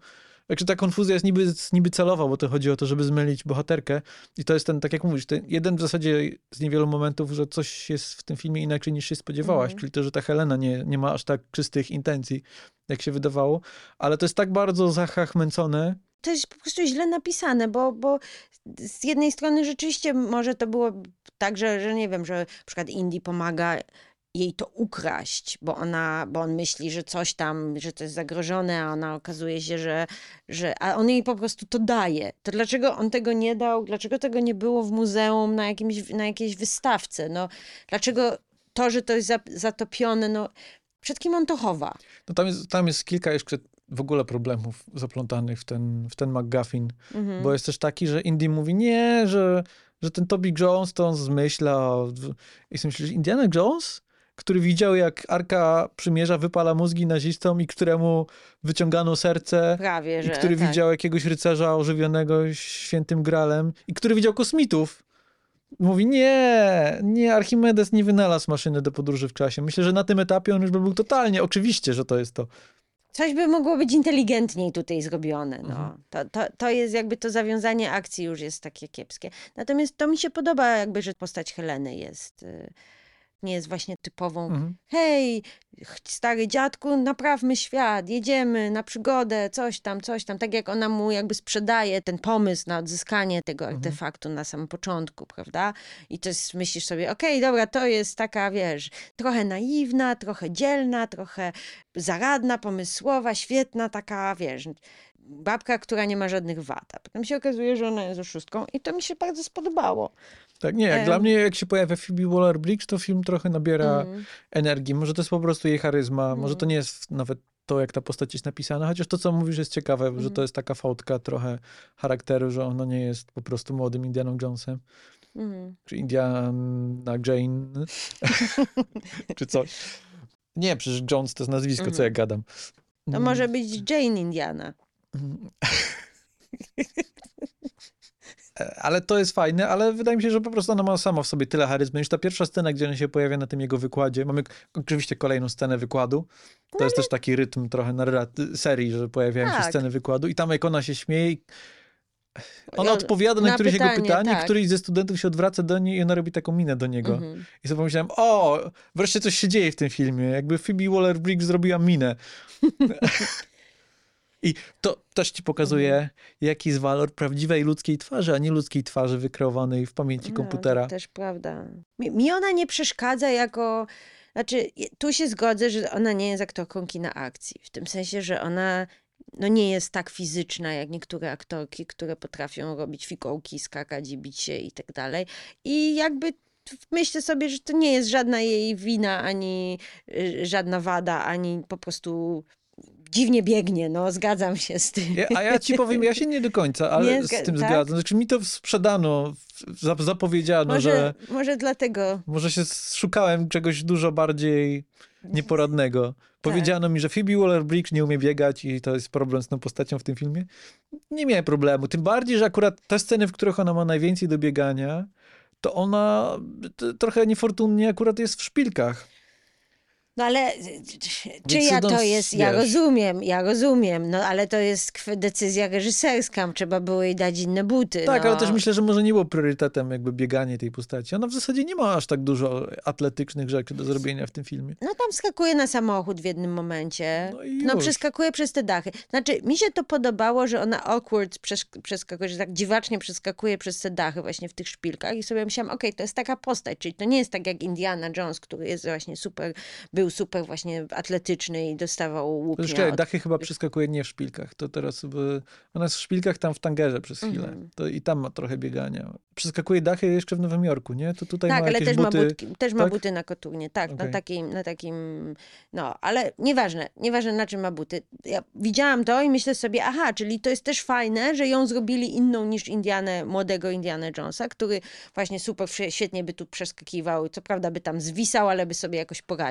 Także ta konfuzja jest niby celowa, bo to chodzi o to, żeby zmylić bohaterkę. I to jest ten, tak jak mówisz, ten jeden w zasadzie z niewielu momentów, że coś jest w tym filmie inaczej niż się spodziewałaś. Czyli to, że ta Helena nie ma aż tak czystych intencji, jak się wydawało. Ale to jest tak bardzo zachachmęcone.
To jest po prostu źle napisane, bo z jednej strony rzeczywiście może to było tak, że nie wiem, że na przykład Indy pomaga jej to ukraść, bo on myśli, że coś tam, że to jest zagrożone, a ona okazuje się, a on jej po prostu to daje. To dlaczego on tego nie dał? Dlaczego tego nie było w muzeum na jakiejś wystawce? No, dlaczego to, że to jest zatopione, no, przed kim on to chowa?
No tam jest kilka jeszcze w ogóle problemów zaplątanych w ten McGuffin, bo jest też taki, że Indy mówi nie, że ten Toby Jones to on zmyśla. I sobie myślisz, Indiana Jones? Który widział, jak Arka Przymierza wypala mózgi nazistom i któremu wyciągano serce.
Prawie, że
I który
tak.
widział jakiegoś rycerza ożywionego świętym gralem i który widział kosmitów. Mówi, nie, Archimedes nie wynalazł maszyny do podróży w czasie. Myślę, że na tym etapie on już by był totalnie, oczywiście, że to jest to.
Coś by mogło być inteligentniej tutaj zrobione. No. To jest jakby to zawiązanie akcji już jest takie kiepskie. Natomiast to mi się podoba jakby, że postać Heleny nie jest właśnie typową hej, stary dziadku, naprawmy świat, jedziemy na przygodę, coś tam. Tak jak ona mu jakby sprzedaje ten pomysł na odzyskanie tego artefaktu na samym początku, prawda? I to jest, myślisz sobie, okej, dobra, to jest taka, wiesz, trochę naiwna, trochę dzielna, trochę zaradna, pomysłowa, świetna, taka, wiesz, babka, która nie ma żadnych wad. A potem się okazuje, że ona jest oszustką i to mi się bardzo spodobało.
Tak, nie, jak dla mnie, jak się pojawia Phoebe Waller-Bridge, to film trochę nabiera energii. Może to jest po prostu jej charyzma, może to nie jest nawet to, jak ta postać jest napisana, chociaż to, co mówisz, jest ciekawe, że to jest taka fałdka trochę charakteru, że ona nie jest po prostu młodym Indianą Jonesem, czy Indiana Jane, czy coś. Nie, przecież Jones to jest nazwisko, co ja gadam.
To może być Jane Indiana.
Ale to jest fajne, ale wydaje mi się, że po prostu ona ma sama w sobie tyle charyzmy. Już ta pierwsza scena, gdzie ona się pojawia na tym jego wykładzie, mamy oczywiście kolejną scenę wykładu. To jest też taki rytm trochę serii, że pojawiają się sceny wykładu i tam jak ona się śmieje, ona odpowiada na któreś jego pytanie, któryś ze studentów się odwraca do niej i ona robi taką minę do niego. I sobie pomyślałem, wreszcie coś się dzieje w tym filmie. Jakby Phoebe Waller-Bridge zrobiła minę. I to też ci pokazuje, jaki jest walor prawdziwej ludzkiej twarzy, a nie ludzkiej twarzy wykreowanej w pamięci komputera.
To też prawda. Mi ona nie przeszkadza jako... Znaczy, tu się zgodzę, że ona nie jest aktorką kina akcji. W tym sensie, że ona nie jest tak fizyczna, jak niektóre aktorki, które potrafią robić fikołki, skakać i bić się i tak dalej. I jakby myślę sobie, że to nie jest żadna jej wina, ani żadna wada, ani po prostu... Dziwnie biegnie, zgadzam się z tym.
A ja ci powiem, ja się nie do końca, ale z tym zgadzam. Znaczy mi to sprzedano, zapowiedziano, że...
Może dlatego.
Może się szukałem czegoś dużo bardziej nieporadnego. Powiedziano mi, że Phoebe Waller-Bridge nie umie biegać i to jest problem z tą postacią w tym filmie. Nie miałem problemu. Tym bardziej, że akurat te sceny, w których ona ma najwięcej do biegania, to ona trochę niefortunnie akurat jest w szpilkach.
No ale czyja to jest? Ja rozumiem, ale to jest decyzja reżyserska, trzeba było jej dać inne buty.
Tak, ale też myślę, że może nie było priorytetem jakby bieganie tej postaci. Ona w zasadzie nie ma aż tak dużo atletycznych rzeczy do zrobienia w tym filmie.
Tam skakuje na samochód w jednym momencie. Przeskakuje przez te dachy. Znaczy, mi się to podobało, że ona awkward przeskakuje, że tak dziwacznie przeskakuje przez te dachy właśnie w tych szpilkach i sobie myślałam, to jest taka postać, czyli to nie jest tak jak Indiana Jones, który jest właśnie był super właśnie atletyczny i dostawał łupnia.
Zresztą dachy chyba przeskakuje nie w szpilkach. To teraz ona jest w szpilkach tam w tangerze przez chwilę. I tam ma trochę biegania. Przeskakuje dachy jeszcze w Nowym Jorku, nie? To tutaj ma
ale
jakieś
też
buty.
Ma buty na koturnie. Tak, na takim, ale nieważne na czym ma buty. Ja widziałam to i myślę sobie, czyli to jest też fajne, że ją zrobili inną niż młodego Indiana Jonesa, który właśnie super, świetnie by tu przeskakiwał. Co prawda by tam zwisał, ale by sobie jakoś poradził. A ona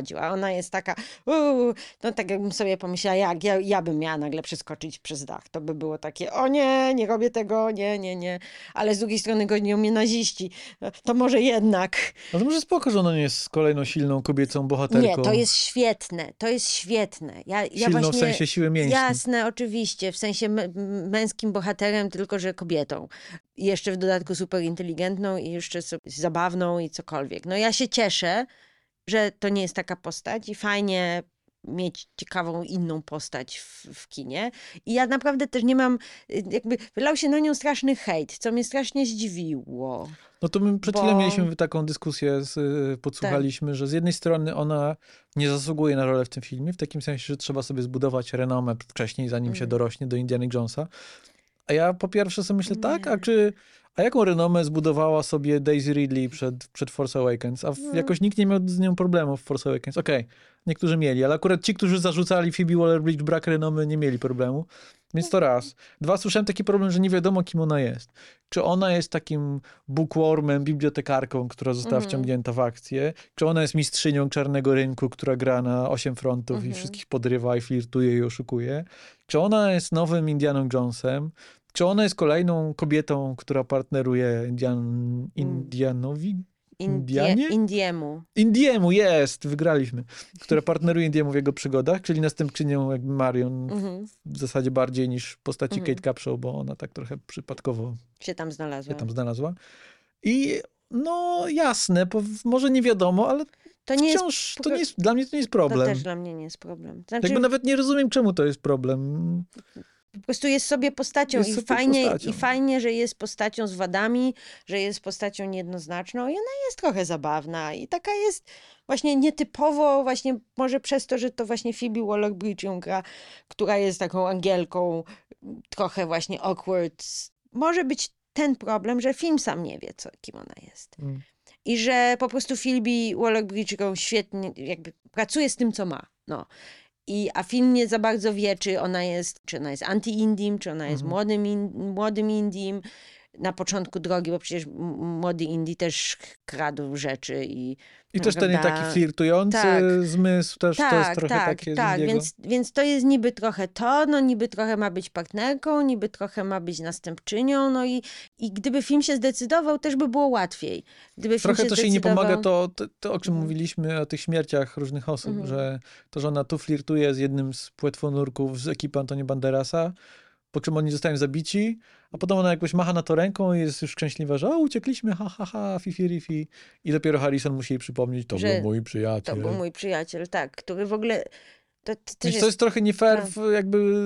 ona jest taka, no tak jakbym sobie pomyślała, jak ja bym miała nagle przeskoczyć przez dach. To by było takie, o nie robię tego, nie. Ale z drugiej strony gonią mnie naziści. To może jednak.
No to może spoko, że ona nie jest kolejną silną kobiecą bohaterką.
Nie, to jest świetne. Ja
Silną
właśnie,
w sensie siły mięśni.
Jasne, oczywiście, w sensie męskim bohaterem, tylko że kobietą. I jeszcze w dodatku super inteligentną i jeszcze zabawną i cokolwiek. No ja się cieszę, że to nie jest taka postać i fajnie mieć ciekawą inną postać w kinie. I ja naprawdę też nie mam, jakby wylał się na nią straszny hejt, co mnie strasznie zdziwiło.
No to my przed chwilą mieliśmy taką dyskusję, podsłuchaliśmy, że z jednej strony ona nie zasługuje na rolę w tym filmie, w takim sensie, że trzeba sobie zbudować renomę wcześniej, zanim się dorośnie do Indiana Jonesa. A ja po pierwsze sobie myślę, tak, a jaką renomę zbudowała sobie Daisy Ridley przed Force Awakens? A jakoś nikt nie miał z nią problemów w Force Awakens. Okej, niektórzy mieli, ale akurat ci, którzy zarzucali Phoebe Waller-Bridge brak renomy, nie mieli problemu. Więc to raz. Dwa, słyszałem taki problem, że nie wiadomo, kim ona jest. Czy ona jest takim bookwormem, bibliotekarką, która została wciągnięta w akcję? Czy ona jest mistrzynią czarnego rynku, która gra na 8 frontów i wszystkich podrywa i flirtuje i oszukuje? Czy ona jest nowym Indianą Jonesem? Czy ona jest kolejną kobietą, która partneruje Indianowi? Indiemu, jest, wygraliśmy. Która partneruje Indiemu w jego przygodach, czyli następczynią jakby Marion w zasadzie bardziej niż postaci Kate Capshaw, bo ona tak trochę przypadkowo
się tam
znalazła. I no jasne, może nie wiadomo, ale to nie wciąż, jest, dla mnie to nie jest problem.
To też dla mnie nie jest problem. Znaczy,
jakby nawet nie rozumiem, czemu to jest problem.
Po prostu jest sobie postacią i fajnie, że jest postacią z wadami, że jest postacią niejednoznaczną i ona jest trochę zabawna i taka jest właśnie nietypowo, właśnie może przez to, że to właśnie Phoebe Waller-Bridge ją gra, która jest taką Angielką, trochę właśnie awkward. Może być ten problem, że film sam nie wie, kim ona jest. I że po prostu Phoebe Waller-Bridge ją świetnie jakby pracuje z tym, co ma. No. A film nie za bardzo wie, czy ona jest anti-indim, czy ona jest młodym indim. Na początku drogi, bo przecież młody indie też kradł rzeczy. I
też ten taki flirtujący zmysł, też to jest trochę takie
tak, więc to jest niby trochę niby trochę ma być partnerką, niby trochę ma być następczynią, no i gdyby film się zdecydował, też by było łatwiej. Gdyby
trochę
film się
też jej nie pomaga to o czym mówiliśmy, o tych śmierciach różnych osób, że ona tu flirtuje z jednym z płetwonurków z ekipy Antonio Banderasa, po czym oni zostają zabici, a potem ona jakoś macha na to ręką i jest już szczęśliwa, że uciekliśmy, fifi rifi. I dopiero Harrison musi jej przypomnieć, to był mój przyjaciel.
To był mój przyjaciel, tak, który w ogóle...
To jest trochę nie fair, jakby,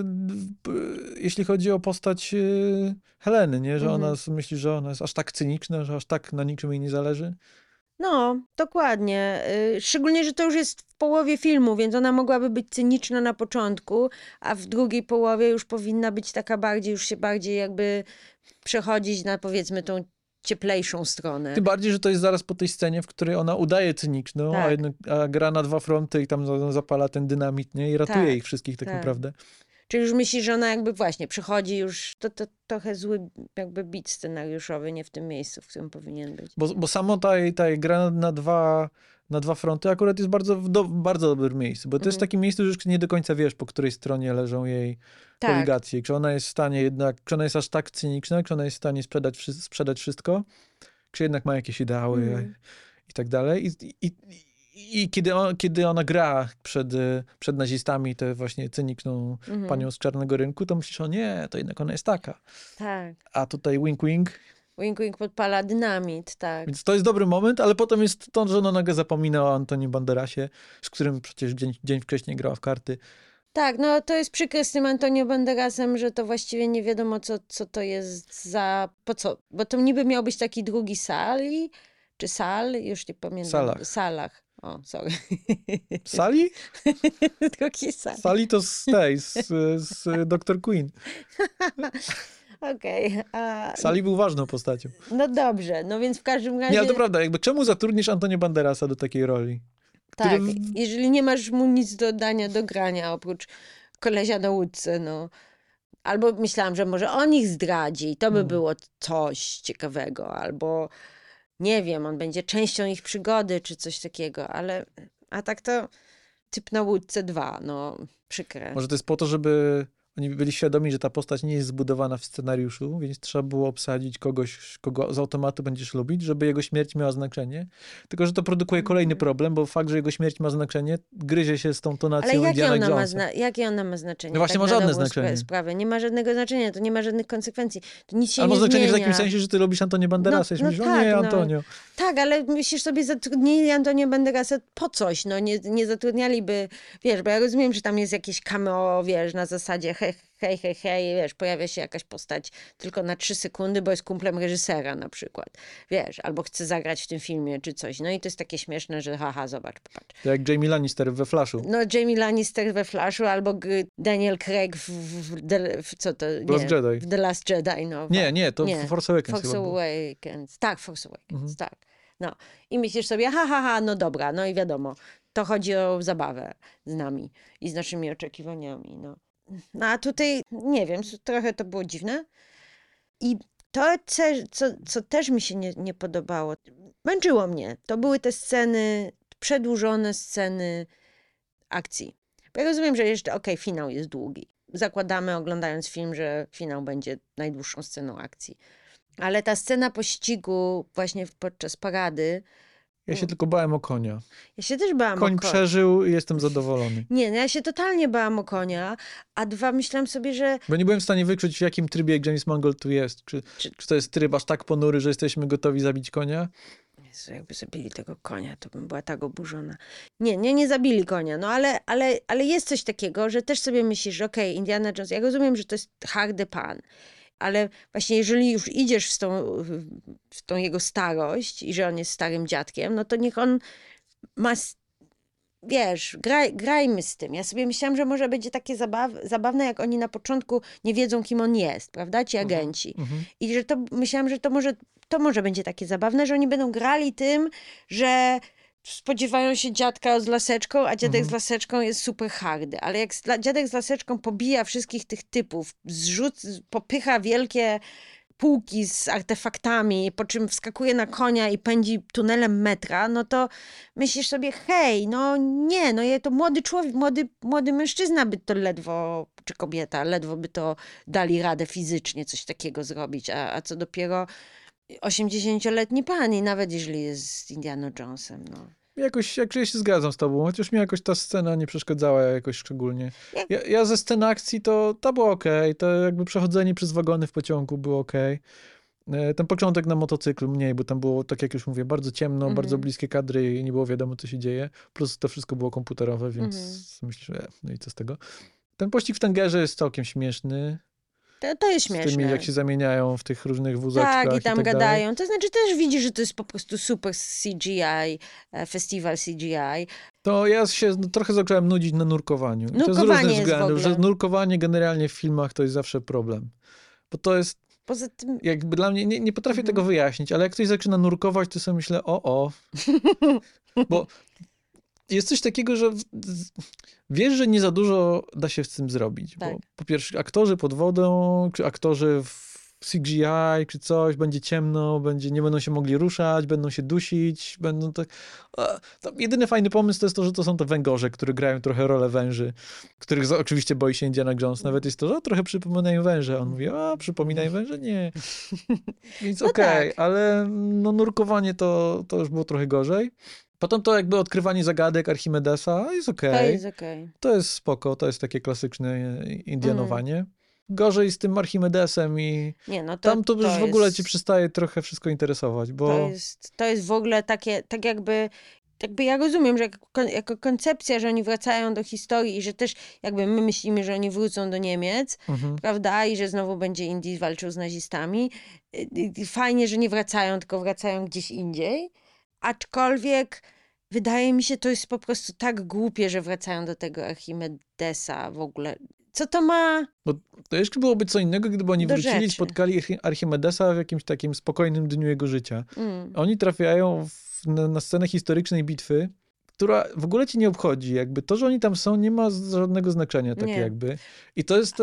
jeśli chodzi o postać Heleny, nie? Że ona myśli, że ona jest aż tak cyniczna, że aż tak na niczym jej nie zależy.
No, dokładnie. Szczególnie, że to już jest w połowie filmu, więc ona mogłaby być cyniczna na początku, a w drugiej połowie już powinna być taka już się bardziej jakby przechodzić na, powiedzmy, tą cieplejszą stronę.
Tym bardziej, że to jest zaraz po tej scenie, w której ona udaje cyniczną, a gra na 2 fronty i tam zapala ten dynamit, nie? I ratuje ich wszystkich tak naprawdę.
Czyli już myślisz, że ona jakby właśnie przychodzi już, to trochę zły jakby bit scenariuszowy, nie w tym miejscu, w którym powinien być.
Bo samo ta gra na dwa fronty akurat jest bardzo dobrym miejscu, bo to jest takie miejsce, że już nie do końca wiesz, po której stronie leżą jej poligacje. Czy ona jest w stanie jednak, czy ona jest aż tak cyniczna, czy ona jest w stanie sprzedać wszystko, czy jednak ma jakieś ideały i tak dalej. I kiedy ona gra przed nazistami, tę właśnie cyniczną panią z czarnego rynku, to myślisz, o nie, to jednak ona jest taka.
Tak.
A tutaj wink, wink.
Wink, wink podpala dynamit, tak.
Więc to jest dobry moment, ale potem jest to, że ona nagle zapomina o Antonie Banderasie, z którym przecież dzień wcześniej grała w karty.
Tak, no to jest przykre z tym Antonio Banderasem, że to właściwie nie wiadomo, co to jest za... Po co? Bo to niby miał być taki drugi Sali, czy Sal, już nie pamiętam. Salach. O, sorry.
Sali?
Drugi Sali.
Sali to z Dr. Queen.
Okej.
Sali był ważną postacią.
No dobrze, no więc w każdym razie...
Nie, ale to prawda, jakby czemu zatrudnisz Antonio Banderasa do takiej roli?
Tak, jeżeli nie masz mu nic do dania, do grania, oprócz kolesia na łódce, no. Albo myślałam, że może on ich zdradzi i to by było coś ciekawego, albo nie wiem, on będzie częścią ich przygody, czy coś takiego, a tak to typ na łódce 2, no przykre.
Może to jest po to, żeby oni byli świadomi, że ta postać nie jest zbudowana w scenariuszu, więc trzeba było obsadzić kogoś, kogo z automatu będziesz lubić, żeby jego śmierć miała znaczenie. Tylko, że to produkuje kolejny problem, bo fakt, że jego śmierć ma znaczenie, gryzie się z tą tonacją
Ale
Indiana Jonesa.
jakie ona ma znaczenie?
No właśnie,
tak
ma
na
żadne
dobrą
znaczenie.
Sprawę. Nie ma żadnego znaczenia, to nie ma żadnych konsekwencji. To nic się
Ale ma
nie
znaczenie
zmienia.
w takim sensie, że ty lubisz Antonio Banderasa i myślisz, o
tak,
nie, Antonio.
Tak, ale myślisz sobie, zatrudnili Antonio Banderasa po coś, no nie zatrudnialiby, wiesz, bo ja rozumiem, że tam jest jakieś cameo, wiesz, na zasadzie hej, wiesz, pojawia się jakaś postać tylko na 3 sekundy, bo jest kumplem reżysera na przykład, wiesz, albo chce zagrać w tym filmie czy coś, no i to jest takie śmieszne, że haha, zobacz, popatrz.
To jak Jamie Lannister we Flashu.
No Jamie Lannister we Flashu, albo Daniel Craig co to,
Jedi.
w The Last Jedi, no.
Nie, to Force Awakens
Force
chyba było.
Awakens, tak, Force Awakens, tak. No i myślisz sobie, no dobra, no i wiadomo, to chodzi o zabawę z nami i z naszymi oczekiwaniami, no. No a tutaj, nie wiem, trochę to było dziwne. I to, co też mi się nie podobało, męczyło mnie, to były te sceny, przedłużone sceny akcji. Bo ja rozumiem, że jeszcze, finał jest długi. Zakładamy, oglądając film, że finał będzie najdłuższą sceną akcji. Ale ta scena pościgu właśnie podczas parady...
Ja się tylko bałem o konia.
Ja się też bałam o konia.
Koń przeżył i jestem zadowolony.
Nie, no ja się totalnie bałam o konia, a dwa, myślałam sobie, że...
Bo nie byłem w stanie wykryć, w jakim trybie James Mangold tu jest. Czy to jest tryb aż tak ponury, że jesteśmy gotowi zabić konia?
Jezu, jakby zabili tego konia, to bym była tak oburzona. Nie zabili konia, no ale jest coś takiego, że też sobie myślisz, że Indiana Jones, ja rozumiem, że to jest hardy pan, ale właśnie jeżeli już idziesz w tą jego starość i że on jest starym dziadkiem, no to niech on ma, wiesz, grajmy z tym. Ja sobie myślałam, że może będzie takie zabawne, jak oni na początku nie wiedzą, kim on jest, prawda, ci agenci. I że myślałam, że to może będzie takie zabawne, że oni będą grali tym, że spodziewają się dziadka z laseczką, a dziadek z laseczką jest super hardy. Ale jak dziadek z laseczką pobija wszystkich tych typów, popycha wielkie półki z artefaktami, po czym wskakuje na konia i pędzi tunelem metra, no to myślisz sobie, hej, no nie, no to młody człowiek, młody mężczyzna by to ledwo, czy kobieta, ledwo by to dali radę fizycznie coś takiego zrobić, a co dopiero 80-letni pan i nawet jeżeli jest z Indiana Jonesem, no.
Jakoś ja się zgadzam z tobą, chociaż mi jakoś ta scena nie przeszkadzała jakoś szczególnie. Ja ze scen akcji to było okej, to jakby przechodzenie przez wagony w pociągu było okej. Ten początek na motocyklu mniej, bo tam było, tak jak już mówię, bardzo ciemno, bardzo bliskie kadry i nie było wiadomo, co się dzieje. Plus to wszystko było komputerowe, więc myślę, że no i co z tego. Ten pościg w Tangerze jest całkiem śmieszny.
To jest śmieszne.
Z tymi, jak się zamieniają w tych różnych wózeczkach
tak, i tam gadają.
Dalej.
To znaczy też widzisz, że to jest po prostu super CGI, festiwal CGI.
To ja się trochę zacząłem nudzić na nurkowaniu.
Nurkowanie
to z różnych
jest
względów,
w ogóle.
że nurkowanie generalnie w filmach to jest zawsze problem. Bo to jest,
Poza tym...
jakby dla mnie, nie potrafię tego wyjaśnić, ale jak ktoś zaczyna nurkować, to sobie myślę, Bo jest coś takiego, że wiesz, że nie za dużo da się z tym zrobić.
Tak.
Bo po pierwsze, aktorzy pod wodą, czy aktorzy w CGI, czy coś, będzie ciemno, nie będą się mogli ruszać, będą się dusić, będą tak... Jedyny fajny pomysł to jest to, że to są te węgorze, które grają trochę rolę węży, których oczywiście boi się Indiana Jones. Nawet jest to, że trochę przypominają węże. On mówi, przypominają węże? Nie. Więc okej, ale no, nurkowanie to już było trochę gorzej. Potem to jakby odkrywanie zagadek Archimedesa jest okej.
To jest okej.
To jest spoko, to jest takie klasyczne indianowanie. Gorzej z tym Archimedesem i tam to już w ogóle ci przestaje trochę wszystko interesować, bo...
To jest w ogóle takie, tak jakby ja rozumiem, że jako koncepcja, że oni wracają do historii i że też jakby my myślimy, że oni wrócą do Niemiec, prawda, i że znowu będzie Indy walczył z nazistami. Fajnie, że nie wracają, tylko wracają gdzieś indziej. Aczkolwiek wydaje mi się, to jest po prostu tak głupie, że wracają do tego Archimedesa w ogóle. Co to ma?
Bo to jeszcze byłoby co innego, gdyby oni wrócili i spotkali Archimedesa w jakimś takim spokojnym dniu jego życia. Oni trafiają na scenę historycznej bitwy, która w ogóle ci nie obchodzi. Jakby to, że oni tam są, nie ma żadnego znaczenia. Takie jakby. I to jest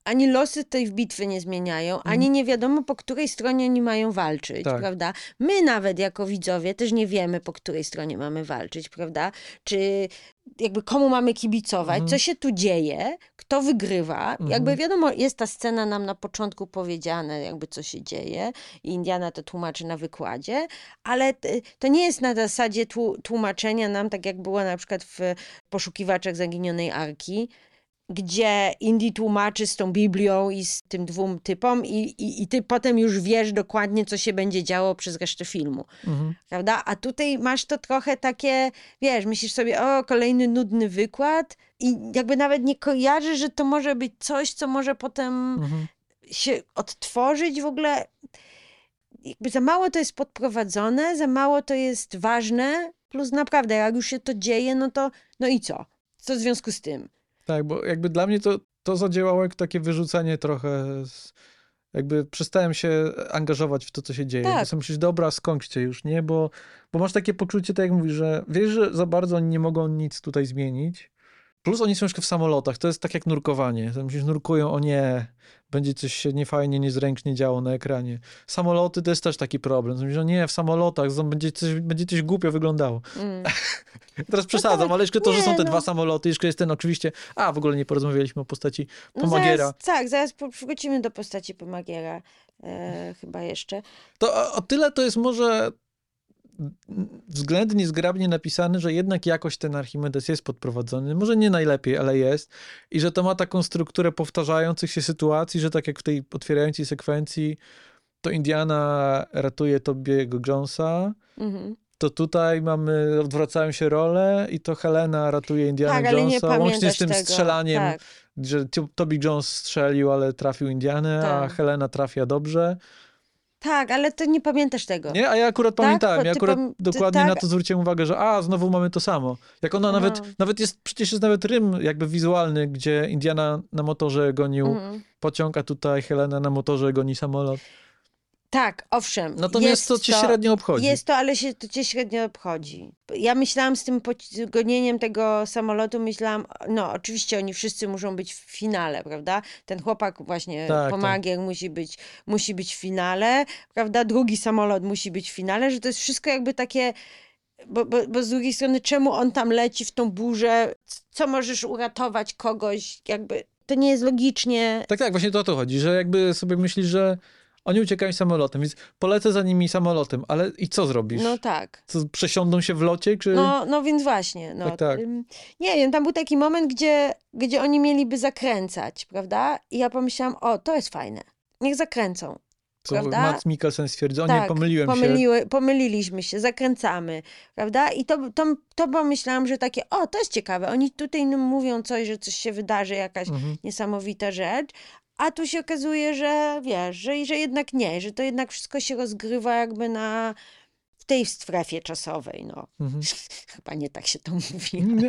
ani losy tej bitwy nie zmieniają, ani nie wiadomo, po której stronie oni mają walczyć,
Tak.
prawda? My nawet jako widzowie też nie wiemy, po której stronie mamy walczyć, prawda? Czy jakby komu mamy kibicować, co się tu dzieje, kto wygrywa. Jakby wiadomo, jest ta scena nam na początku powiedziane, jakby co się dzieje i Indiana to tłumaczy na wykładzie, ale to nie jest na zasadzie tłumaczenia nam, tak jak było na przykład w Poszukiwaczach Zaginionej Arki, gdzie Indy tłumaczy z tą Biblią i z tym dwóm typom i ty potem już wiesz dokładnie, co się będzie działo przez resztę filmu. Prawda? A tutaj masz to trochę takie, wiesz, myślisz sobie, o, kolejny nudny wykład i jakby nawet nie kojarzysz, że to może być coś, co może potem się odtworzyć w ogóle. Jakby za mało to jest podprowadzone, za mało to jest ważne, plus naprawdę, jak już się to dzieje, no to no i co? Co w związku z tym?
Tak, bo jakby dla mnie to zadziałało jak takie wyrzucenie trochę, jakby przestałem się angażować w to, co się dzieje.
Tak.
Bo sobie myślisz, dobra, skończcie już, nie? Bo masz takie poczucie, tak jak mówisz, że wiesz, że za bardzo oni nie mogą nic tutaj zmienić. Plus oni są jeszcze w samolotach, to jest tak jak nurkowanie. To myślisz, nurkują, o nie, będzie coś się niefajnie, niezręcznie działo na ekranie. Samoloty to jest też taki problem. Myślisz, o nie, w samolotach będzie coś głupio wyglądało. Teraz przesadzam, ale jeszcze to, że są te dwa samoloty, jeszcze jest ten oczywiście, w ogóle nie porozmawialiśmy o postaci Pomagiera.
Zaraz wrócimy do postaci Pomagiera, chyba jeszcze.
To o tyle to jest może względnie zgrabnie napisane, że jednak jakoś ten Archimedes jest podprowadzony, może nie najlepiej, ale jest i że to ma taką strukturę powtarzających się sytuacji, że tak jak w tej otwierającej sekwencji to Indiana ratuje Tobiego Jonesa, to tutaj odwracają się role i to Helena ratuje Indiana Jonesa, łącznie z tym strzelaniem, że Toby Jones strzelił, ale trafił Indianę, a Helena trafia dobrze.
Tak, ale ty nie pamiętasz tego.
Nie, a ja akurat pamiętałem. Ja akurat dokładnie na to zwróciłem uwagę, że znowu mamy to samo. Jak ona nawet jest, przecież jest nawet rym jakby wizualny, gdzie Indiana na motorze gonił pociąg, a tutaj Helena na motorze goni samolot.
Tak, owszem.
Natomiast to cię średnio obchodzi.
Jest to, ale to cię średnio obchodzi. Ja myślałam z tym gonieniem tego samolotu, no oczywiście oni wszyscy muszą być w finale, prawda? Ten chłopak właśnie, Pomagier musi być w finale, prawda? Drugi samolot musi być w finale, że to jest wszystko jakby takie... Bo z drugiej strony, czemu on tam leci w tą burzę? Co możesz uratować kogoś? Jakby to nie jest logicznie...
Tak, właśnie to o to chodzi, że jakby sobie myślisz, że oni uciekają samolotem, więc polecę za nimi samolotem, ale i co zrobisz?
No tak.
Co, przesiądą się w locie, czy...
No więc właśnie. No.
Tak.
Nie wiem, tam był taki moment, gdzie oni mieliby zakręcać, prawda? I ja pomyślałam, to jest fajne. Niech zakręcą.
Co
prawda?
Mads Mikkelsen stwierdził, nie,
pomyliliśmy się, zakręcamy, prawda? I to pomyślałam, że takie, to jest ciekawe, oni tutaj nam mówią coś, że coś się wydarzy, jakaś niesamowita rzecz, a tu się okazuje, że wiesz, że jednak nie, że to jednak wszystko się rozgrywa jakby w tej strefie czasowej, no. Chyba nie tak się to mówi.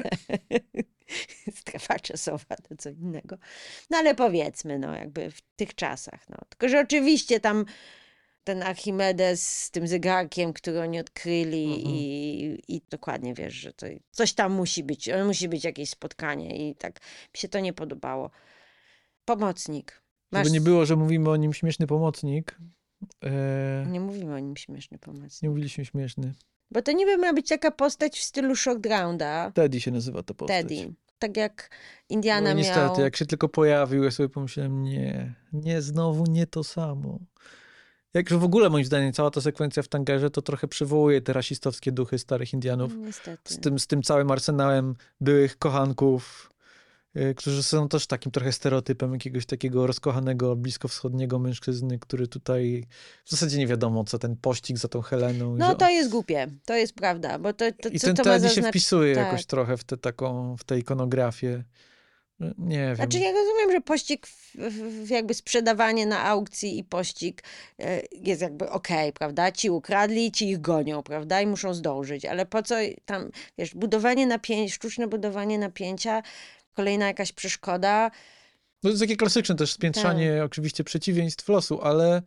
Strefa czasowa to co innego. No ale powiedzmy, no jakby w tych czasach, no. Tylko, że oczywiście tam ten Archimedes z tym zegarkiem, który oni odkryli i dokładnie wiesz, że to coś tam musi być jakieś spotkanie i tak mi się to nie podobało. Pomocnik.
Żeby nie było, że mówimy o nim śmieszny pomocnik.
Nie mówimy o nim śmieszny pomocnik.
Nie mówiliśmy śmieszny.
Bo to niby ma być taka postać w stylu Showgrounda.
Teddy się nazywa ta postać.
Teddy. Tak jak Indiana
miał... Niestety, jak się tylko pojawił, ja sobie pomyślałem, nie, znowu nie to samo. Jakże w ogóle moim zdaniem cała ta sekwencja w Tangerze to trochę przywołuje te rasistowskie duchy starych Indianów.
Niestety.
Z tym całym arsenałem byłych kochanków, którzy są też takim trochę stereotypem jakiegoś takiego rozkochanego, bliskowschodniego mężczyzny, który tutaj w zasadzie nie wiadomo, co ten pościg za tą Heleną.
No to jest głupie, to jest prawda. Bo
I ten Teddy się wpisuje jakoś trochę w tę ikonografię. Nie wiem.
Znaczy ja rozumiem, że pościg, jakby sprzedawanie na aukcji i pościg jest jakby okej, prawda? Ci ukradli, ci ich gonią, prawda? I muszą zdążyć. Ale po co tam, wiesz, sztuczne budowanie napięcia, kolejna jakaś przeszkoda.
No to jest takie klasyczne też spiętrzanie oczywiście przeciwieństw losu, ale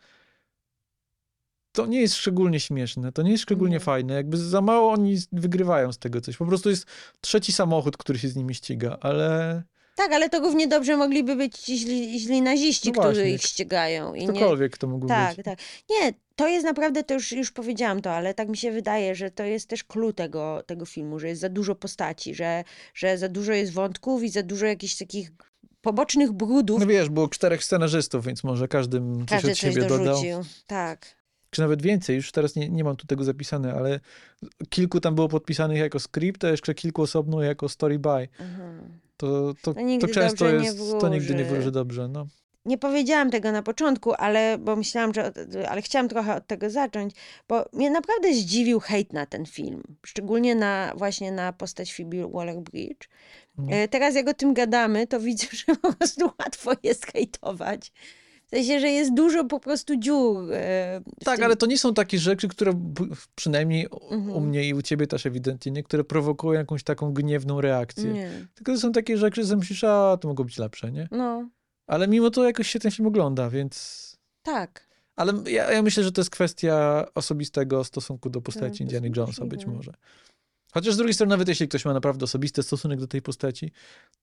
to nie jest szczególnie śmieszne, to nie jest szczególnie fajne. Jakby za mało oni wygrywają z tego coś. Po prostu jest trzeci samochód, który się z nimi ściga, ale
Tak, ale to równie dobrze mogliby być źli naziści,
No właśnie,
którzy ich ścigają.
Ktokolwiek to mógł
Tak,
być.
tak. Nie, to jest naprawdę, to już powiedziałam to, ale tak mi się wydaje, że to jest też clue tego filmu, że jest za dużo postaci, że za dużo jest wątków i za dużo jakichś takich pobocznych brudów.
No wiesz, było 4 scenarzystów, więc może każdy coś
Każdy
od
coś
siebie dodał.
dorzucił. Tak.
Czy nawet więcej, już teraz nie mam tu tego zapisane, ale kilku tam było podpisanych jako script, a jeszcze kilku osobno jako story by. To
nigdy
często
dobrze nie
jest, to nigdy nie
wróży.
wróży dobrze, no.
Nie powiedziałam tego na początku, bo myślałam, ale chciałam trochę od tego zacząć, bo mnie naprawdę zdziwił hejt na ten film. Szczególnie właśnie na postać Phoebe Waller-Bridge. Teraz jak o tym gadamy, to widzę, że po prostu łatwo jest hejtować. W sensie, że jest dużo po prostu dziur.
Tak, ale to nie są takie rzeczy, które przynajmniej u mnie i u ciebie też ewidentnie, nie, które prowokują jakąś taką gniewną reakcję.
Nie.
Tylko to są takie rzeczy, że myślisz, a to mogło być lepsze, nie?
No,
Ale mimo to jakoś się ten film ogląda, więc...
tak.
Ale ja myślę, że to jest kwestia osobistego stosunku do postaci Indiana Jonesa być może. Chociaż z drugiej strony, nawet jeśli ktoś ma naprawdę osobisty stosunek do tej postaci,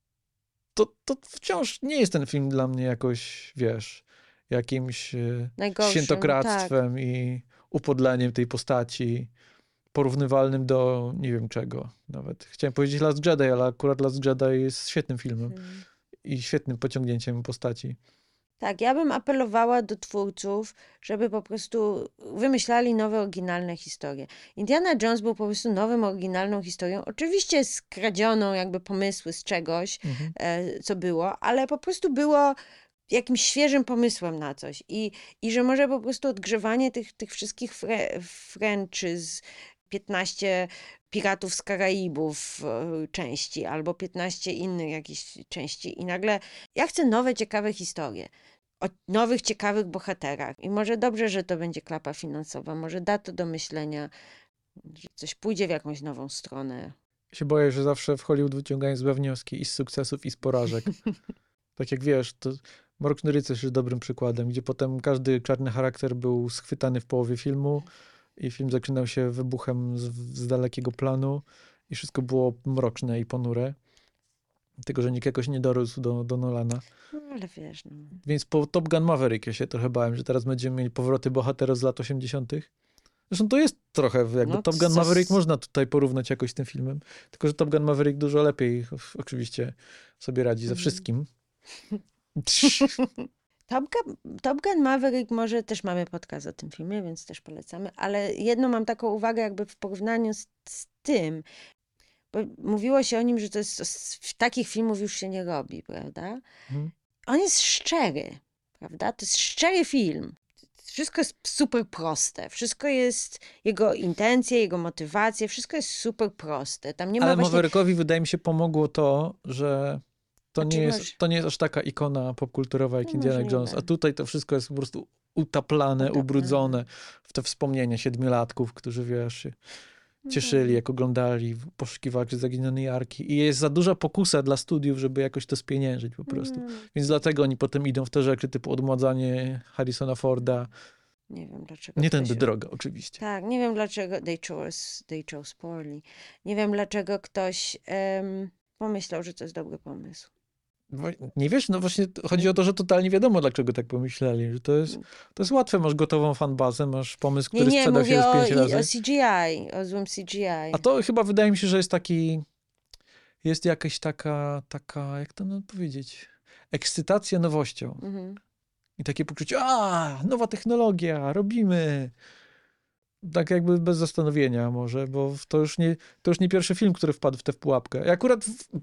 to wciąż nie jest ten film dla mnie jakoś, wiesz, jakimś
Najgorszym,
świętokradztwem
tak.
i upodleniem tej postaci, porównywalnym do nie wiem czego nawet. Chciałem powiedzieć Last Jedi, ale akurat Last Jedi jest świetnym filmem i świetnym pociągnięciem postaci.
Tak, ja bym apelowała do twórców, żeby po prostu wymyślali nowe, oryginalne historie. Indiana Jones był po prostu nową, oryginalną historią. Oczywiście skradzioną jakby pomysły z czegoś, co było, ale po prostu było jakimś świeżym pomysłem na coś. I że może po prostu odgrzewanie tych wszystkich franczyz, 15 Piratów z Karaibów części, albo 15 innych jakichś części. I nagle ja chcę nowe, ciekawe historie. O nowych, ciekawych bohaterach. I może dobrze, że to będzie klapa finansowa. Może da to do myślenia, że coś pójdzie w jakąś nową stronę.
Się boję, że zawsze w Hollywood wyciągają złe wnioski i z sukcesów, i z porażek. Tak jak wiesz, to Mroczny Rycerz jest dobrym przykładem, gdzie potem każdy czarny charakter był schwytany w połowie filmu i film zaczynał się wybuchem z dalekiego planu i wszystko było mroczne i ponure. Tylko, że nikt jakoś nie dorósł do Nolana.
No, ale wiesz, no.
Więc po Top Gun Maverick ja się trochę bałem, że teraz będziemy mieli powroty bohaterów z lat 80. Zresztą to jest trochę jakby Top Gun Maverick można tutaj porównać jakoś z tym filmem. Tylko, że Top Gun Maverick dużo lepiej oczywiście sobie radzi ze wszystkim.
Top Gun Maverick, może też mamy podcast o tym filmie, więc też polecamy, ale jedną mam taką uwagę jakby w porównaniu z tym, bo mówiło się o nim, że to jest, takich filmów już się nie robi, prawda? On jest szczery, prawda? To jest szczery film. Wszystko jest super proste. Wszystko jest, jego intencje, jego motywacje, wszystko jest super proste. Tam nie ma
Ale
właśnie...
Maverickowi wydaje mi się pomogło to, że to nie jest aż taka ikona popkulturowa jak Indiana Jones, a tutaj to wszystko jest po prostu utaplane, ubrudzone w te wspomnienia siedmiolatków, którzy wiesz, się cieszyli, jak oglądali Poszukiwaczy Zaginionej Arki. I jest za duża pokusa dla studiów, żeby jakoś to spieniężyć po prostu. Więc dlatego oni potem idą w te rzeczy typu odmładzanie Harrisona Forda.
Nie wiem dlaczego.
Nie tędy droga, oczywiście.
Tak, nie wiem dlaczego they chose poorly. Nie wiem dlaczego ktoś pomyślał, że to jest dobry pomysł.
Nie wiesz, no właśnie chodzi o to, że totalnie wiadomo, dlaczego tak pomyśleli. Że to jest łatwe, masz gotową fanbazę, masz pomysł, który sprzedał się już 5 razy.
O CGI, o złym CGI.
A to chyba wydaje mi się, że jest jakaś taka, jak to powiedzieć, ekscytacja nowością. I takie poczucie, nowa technologia, robimy. Tak jakby bez zastanowienia może, bo to już nie pierwszy film, który wpadł w tę pułapkę. Ja akurat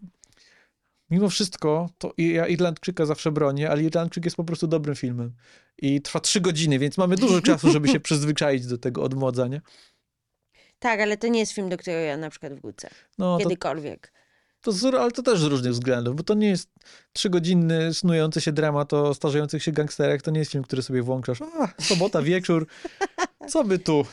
mimo wszystko, to ja Irlandczyka zawsze bronię, ale Irlandczyk jest po prostu dobrym filmem. I trwa 3 godziny, więc mamy dużo czasu, żeby się przyzwyczaić do tego odmłodzania.
Tak, ale to nie jest film, do którego ja na przykład wrócę. Kiedykolwiek.
Ale to też z różnych względów, bo to nie jest 3-godzinny, snujący się dramat o starzejących się gangsterach. To nie jest film, który sobie włączasz. Sobota, wieczór. Co by tu?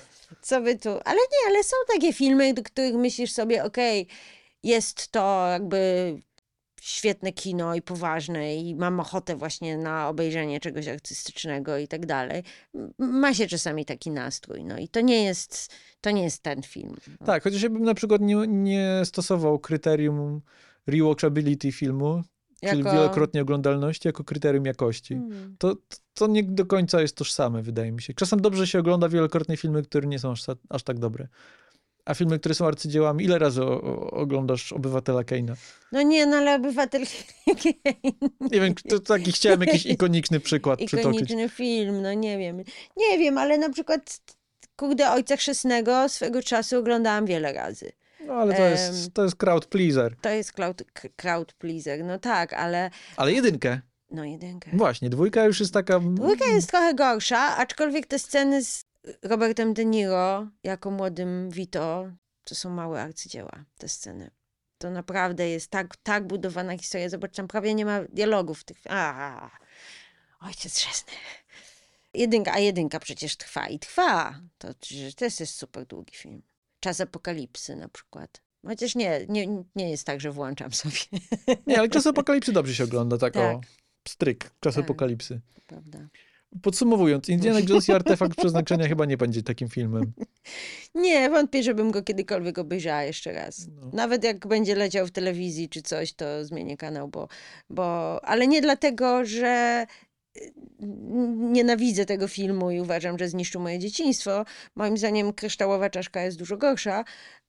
Ale są takie filmy, do których myślisz sobie, okej, jest to jakby świetne kino i poważne i mam ochotę właśnie na obejrzenie czegoś artystycznego i tak dalej. Ma się czasami taki nastrój, no i to nie jest ten film. No.
Tak, chociaż ja bym na przykład nie stosował kryterium rewatchability filmu, czyli wielokrotnie oglądalności, jako kryterium jakości. To nie do końca jest tożsame, wydaje mi się. Czasem dobrze się ogląda wielokrotnie filmy, które nie są aż tak dobre. A filmy, które są arcydziełami, ile razy oglądasz Obywatela Kane'a?
No nie, no ale Obywatel Kane.
Nie wiem, to taki chciałem jakiś ikoniczny przykład przytoczyć.
Ikoniczny film, no nie wiem. Nie wiem, ale na przykład kurde, Ojca Chrzestnego swego czasu oglądałam wiele razy.
No ale to jest crowd pleaser.
To jest crowd pleaser, no tak, ale...
Ale jedynkę.
No jedynkę.
Właśnie, dwójka już jest taka...
Dwójka jest trochę gorsza, aczkolwiek te sceny z Robertem De Niro jako młodym Vito, to są małe arcydzieła, te sceny. To naprawdę jest tak budowana historia. Zobacz, tam prawie nie ma dialogów w tych... Ojciec Chrzestny. Jedynka przecież trwa i trwa. To też jest super długi film. Czas apokalipsy na przykład. Chociaż nie jest tak, że włączam sobie.
Nie, ale Czas apokalipsy dobrze się ogląda, tak. O, stryk, Czas
Tak.
apokalipsy.
Prawda.
Podsumowując, Indiana Jones i Artefakt Przeznaczenia chyba nie będzie takim filmem.
Nie, wątpię, żebym go kiedykolwiek obejrzała jeszcze raz.
No.
Nawet jak będzie leciał w telewizji czy coś, to zmienię kanał, ale nie dlatego, że nienawidzę tego filmu i uważam, że zniszczył moje dzieciństwo. Moim zdaniem Kryształowa czaszka jest dużo gorsza.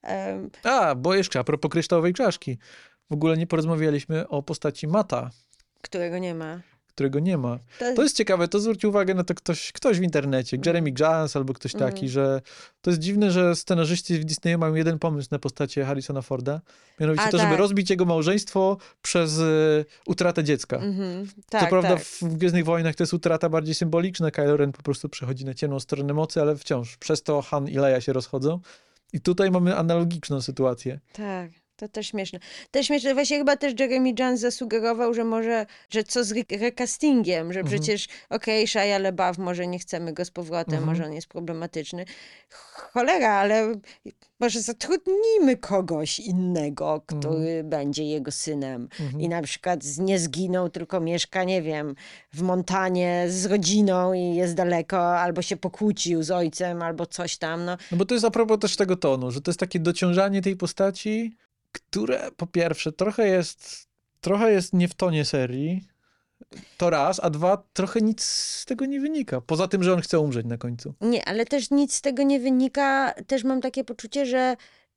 Bo jeszcze a propos kryształowej czaszki. W ogóle nie porozmawialiśmy o postaci Mata,
Którego nie ma.
którego nie ma. To jest ciekawe, to zwrócił uwagę na to ktoś w internecie, Jeremy Jans albo ktoś taki, że to jest dziwne, że scenarzyści w Disneyu mają jeden pomysł na postacie Harrisona Forda, mianowicie to, żeby rozbić jego małżeństwo przez utratę dziecka. Co prawda w Gwiezdnych Wojnach to jest utrata bardziej symboliczna, Kylo Ren po prostu przechodzi na ciemną stronę mocy, ale wciąż przez to Han i Leia się rozchodzą. I tutaj mamy analogiczną sytuację.
Tak. To też śmieszne. Też śmieszne. Właśnie chyba też Jeremy Jans zasugerował, że co z recastingiem, że przecież Shia LaBeouf, może nie chcemy go z powrotem, może on jest problematyczny. Cholera, ale może zatrudnijmy kogoś innego, który będzie jego synem i na przykład nie zginął, tylko mieszka, nie wiem, w Montanie z rodziną i jest daleko, albo się pokłócił z ojcem, albo coś tam. No
bo to jest a propos też tego tonu, że to jest takie dociążanie tej postaci, które po pierwsze trochę jest nie w tonie serii, to raz, a dwa, trochę nic z tego nie wynika. Poza tym, że on chce umrzeć na końcu.
Nie, ale też nic z tego nie wynika. Też mam takie poczucie, że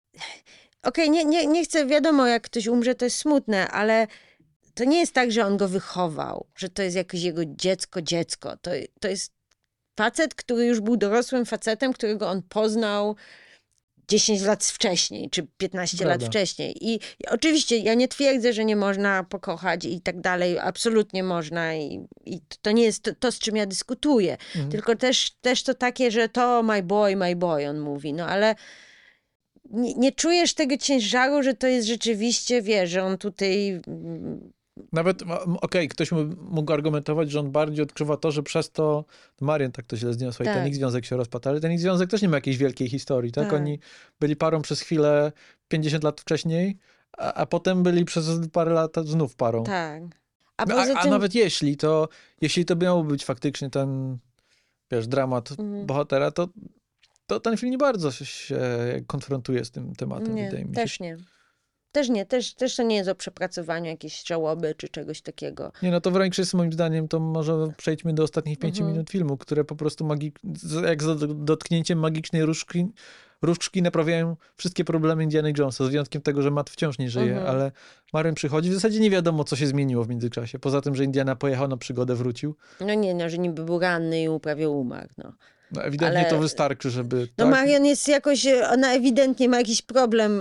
nie chcę, wiadomo, jak ktoś umrze, to jest smutne, ale to nie jest tak, że on go wychował, że to jest jakieś jego dziecko. To jest facet, który już był dorosłym facetem, którego on poznał 10 lat wcześniej, czy 15 lat wcześniej. I oczywiście ja nie twierdzę, że nie można pokochać i tak dalej. Absolutnie można i to nie jest to, z czym ja dyskutuję. Tylko też to takie, że to my boy, on mówi. No ale nie czujesz tego ciężaru, że to jest rzeczywiście, wiesz, że on tutaj...
Nawet, ktoś mógł argumentować, że on bardziej odkrywa to, że przez to Marian tak to źle zniosła i ten ich związek się rozpadł, ale ten ich związek też nie ma jakiejś wielkiej historii, tak? Oni byli parą przez chwilę 50 lat wcześniej, a potem byli przez parę lat znów parą.
Tak.
A nawet jeśli to miało być faktycznie ten, wiesz, dramat bohatera, to ten film nie bardzo się konfrontuje z tym tematem, wydaje mi się.
Też nie. Też to nie jest o przepracowaniu jakiejś żałoby czy czegoś takiego.
Nie, no to wręcz jest moim zdaniem, to może przejdźmy do ostatnich 5 minut filmu, które po prostu jak za dotknięciem magicznej różdżki naprawiają wszystkie problemy Indiana Jonesa, z wyjątkiem tego, że Matt wciąż nie żyje, ale Marion przychodzi, w zasadzie nie wiadomo, co się zmieniło w międzyczasie, poza tym, że Indiana pojechał na przygodę, wrócił.
No nie, że niby był ranny i prawie umarł, no.
No ewidentnie to wystarczy, żeby...
No Marion jest jakoś, ona ewidentnie ma jakiś problem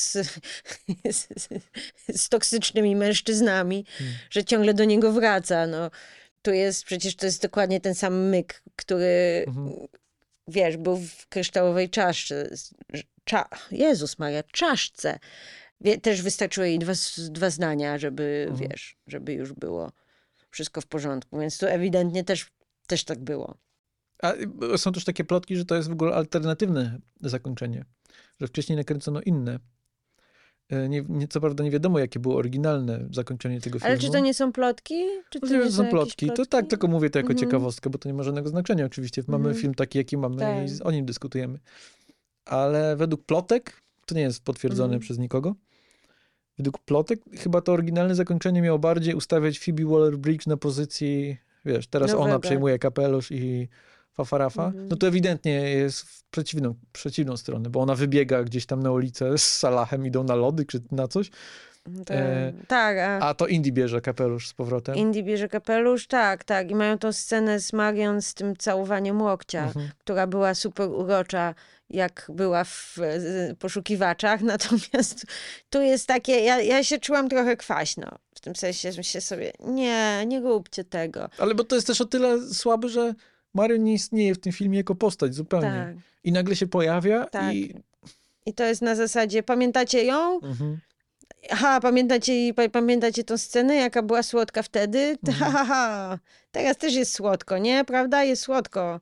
z toksycznymi mężczyznami, że ciągle do niego wraca, no. Przecież to jest dokładnie ten sam myk, który, wiesz, był w kryształowej czaszce. Jezus Maria, czaszce. Też wystarczyło jej dwa zdania, żeby, wiesz, żeby już było wszystko w porządku, więc tu ewidentnie też tak było.
A są też takie plotki, że to jest w ogóle alternatywne zakończenie, że wcześniej nakręcono inne. Co prawda nie wiadomo, jakie było oryginalne zakończenie tego filmu.
Ale czy to nie są plotki? Czy to
nie są plotki? To tak, tylko mówię to jako ciekawostkę, bo to nie ma żadnego znaczenia oczywiście. Mamy film taki, jaki mamy i o nim dyskutujemy. Ale według plotek, to nie jest potwierdzone przez nikogo, według plotek, chyba to oryginalne zakończenie miało bardziej ustawiać Phoebe Waller-Bridge na pozycji, wiesz, teraz ona
Nowego.
przejmuje kapelusz i Fafarafa. No to ewidentnie jest w przeciwną stronę, bo ona wybiega gdzieś tam na ulicę z Salahem, idą na lody czy na coś,
Tak,
a to Indy bierze kapelusz z powrotem.
Indy bierze kapelusz, tak. I mają tą scenę z Marion z tym całowaniem łokcia, która była super urocza, jak była w Poszukiwaczach. Natomiast tu jest takie, ja się czułam trochę kwaśno. W tym sensie, że się sobie, nie róbcie tego.
Ale bo to jest też o tyle słabe, że Marion nie istnieje w tym filmie jako postać zupełnie.
Tak.
I nagle się pojawia
Tak.
i...
I to jest na zasadzie, pamiętacie ją? Aha, pamiętacie tą scenę, jaka była słodka wtedy? Teraz też jest słodko, nie? Prawda? Jest słodko.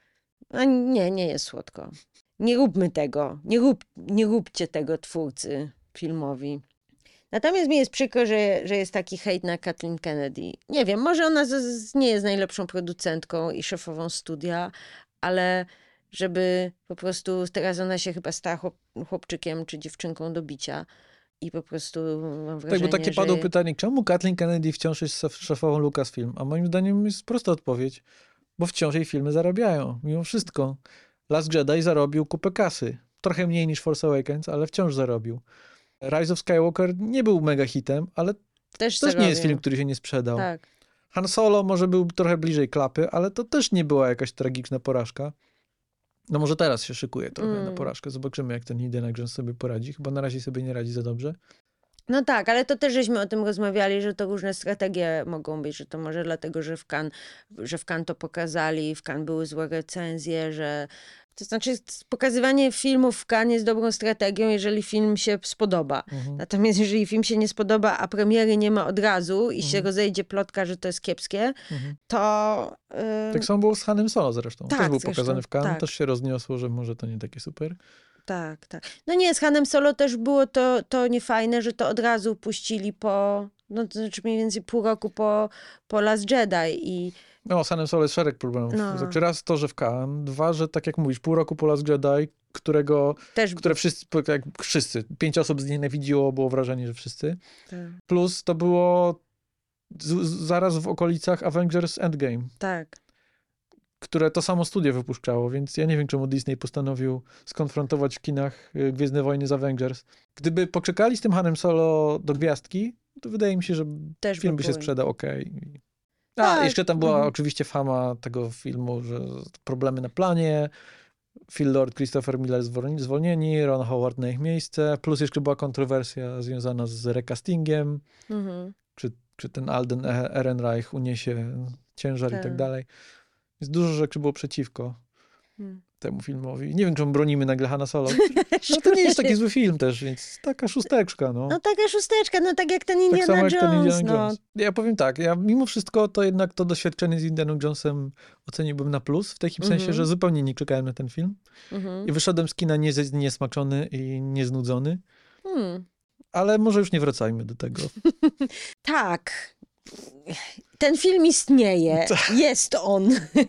A nie jest słodko. Nie róbmy tego. Nie róbcie tego twórcy filmowi. Natomiast mi jest przykro, że jest taki hejt na Kathleen Kennedy. Nie wiem, może ona nie jest najlepszą producentką i szefową studia, ale żeby po prostu teraz ona się chyba stała chłopczykiem czy dziewczynką do bicia. I po prostu mam wrażenie,
Tak, bo takie padło pytanie, czemu Kathleen Kennedy wciąż jest szefową Lucasfilm? A moim zdaniem jest prosta odpowiedź, bo wciąż jej filmy zarabiają, mimo wszystko. Last Jedi zarobił kupę kasy. Trochę mniej niż Force Awakens, ale wciąż zarobił. Rise of Skywalker nie był mega hitem, ale też nie jest film, który się nie sprzedał.
Tak.
Han Solo może był trochę bliżej klapy, ale to też nie była jakaś tragiczna porażka. No może teraz się szykuje trochę na porażkę. Zobaczymy, jak ten Indiana Jones sobie poradzi. Chyba na razie sobie nie radzi za dobrze.
No tak, ale to też żeśmy o tym rozmawiali, że to różne strategie mogą być, że to może dlatego, że w Cannes to pokazali, w Cannes były złe recenzje, że... To znaczy pokazywanie filmów w Cannes jest dobrą strategią, jeżeli film się spodoba. Natomiast jeżeli film się nie spodoba, a premiery nie ma od razu i się rozejdzie plotka, że to jest kiepskie, to...
Tak samo było z Hanem Solo zresztą.
Tak,
też był
zresztą,
pokazany w Cannes,
tak.
też się rozniosło, że może to nie takie super.
Tak. No nie, z Hanem Solo też było to niefajne, że to od razu puścili to znaczy mniej więcej pół roku po Last Jedi i...
No, z Hanem Solo jest szereg problemów.
No.
Znaczy raz to, że w Cannes, dwa, że tak jak mówisz, pół roku po Last Jedi, które wszyscy, 5 osób znienawidziło, było wrażenie, że wszyscy.
Tak.
Plus to było zaraz w okolicach Avengers Endgame.
Tak.
Które to samo studio wypuszczało, więc ja nie wiem, czemu Disney postanowił skonfrontować w kinach Gwiezdne Wojny z Avengers. Gdyby poczekali z tym Hanem Solo do gwiazdki, to wydaje mi się, że
Też
film by się sprzedał okej.
Tak.
Jeszcze tam była oczywiście fama tego filmu, że problemy na planie, Phil Lord, Christopher Miller zwolnieni, Ron Howard na ich miejsce, plus jeszcze była kontrowersja związana z recastingiem, czy ten Alden Ehrenreich uniesie ciężar i tak dalej. Jest dużo rzeczy było przeciwko temu filmowi. Nie wiem, czemu bronimy nagle Hanna Solo. No to nie jest taki zły film też, więc taka szósteczka, no.
No taka szósteczka, no tak jak ten Indiana Jones.
Jones. Ja powiem tak, ja mimo wszystko to jednak to doświadczenie z Indianą Jonesem oceniłbym na plus, w takim sensie, że zupełnie nie czekałem na ten film. I wyszedłem z kina niesmaczony i nieznudzony. Ale może już nie wracajmy do tego.
Tak. Ten film istnieje. Jest on.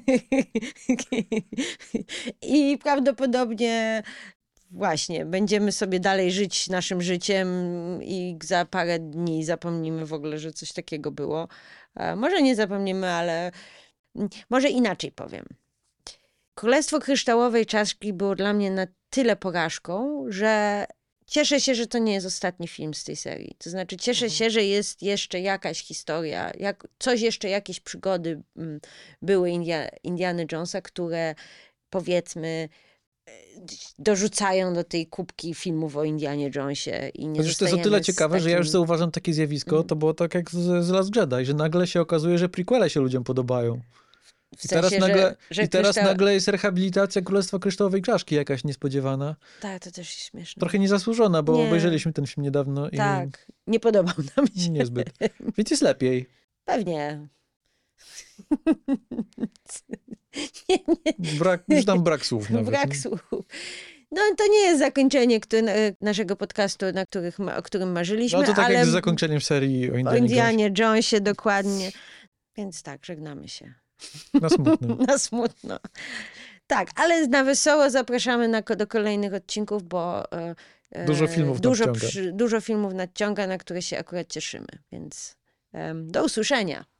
I prawdopodobnie właśnie będziemy sobie dalej żyć naszym życiem i za parę dni zapomnimy w ogóle, że coś takiego było. Może nie zapomnimy, ale może inaczej powiem. Królestwo Kryształowej Czaszki było dla mnie na tyle porażką, że cieszę się, że to nie jest ostatni film z tej serii. To znaczy cieszę się, że jest jeszcze jakaś historia, jakieś przygody były Indiany Jonesa, które powiedzmy dorzucają do tej kubki filmów o Indianie Jonesie. I nie
to jest o tyle ciekawe, że ja już zauważam takie zjawisko, to było tak jak z Last Jedi, że nagle się okazuje, że prequele się ludziom podobają.
W sensie,
teraz nagle jest rehabilitacja Królestwa Kryształowej Czaszki jakaś niespodziewana.
Tak, to też jest śmieszne.
Trochę niezasłużona, bo obejrzeliśmy ten film niedawno.
Tak, nie podobał nam się.
Niezbyt. Więc jest lepiej.
Pewnie.
Już tam brak słów nawet.
Brak słów. No to nie jest zakończenie naszego podcastu, o którym marzyliśmy,
No to tak
ale
jak z zakończeniem serii o
Indianie Jonesie, dokładnie. Więc tak, żegnamy się.
Na smutno.
Na smutno. Tak, ale na wesoło zapraszamy do kolejnych odcinków, bo
Dużo filmów nadciąga.
Dużo filmów nadciąga, na które się akurat cieszymy. Więc do usłyszenia.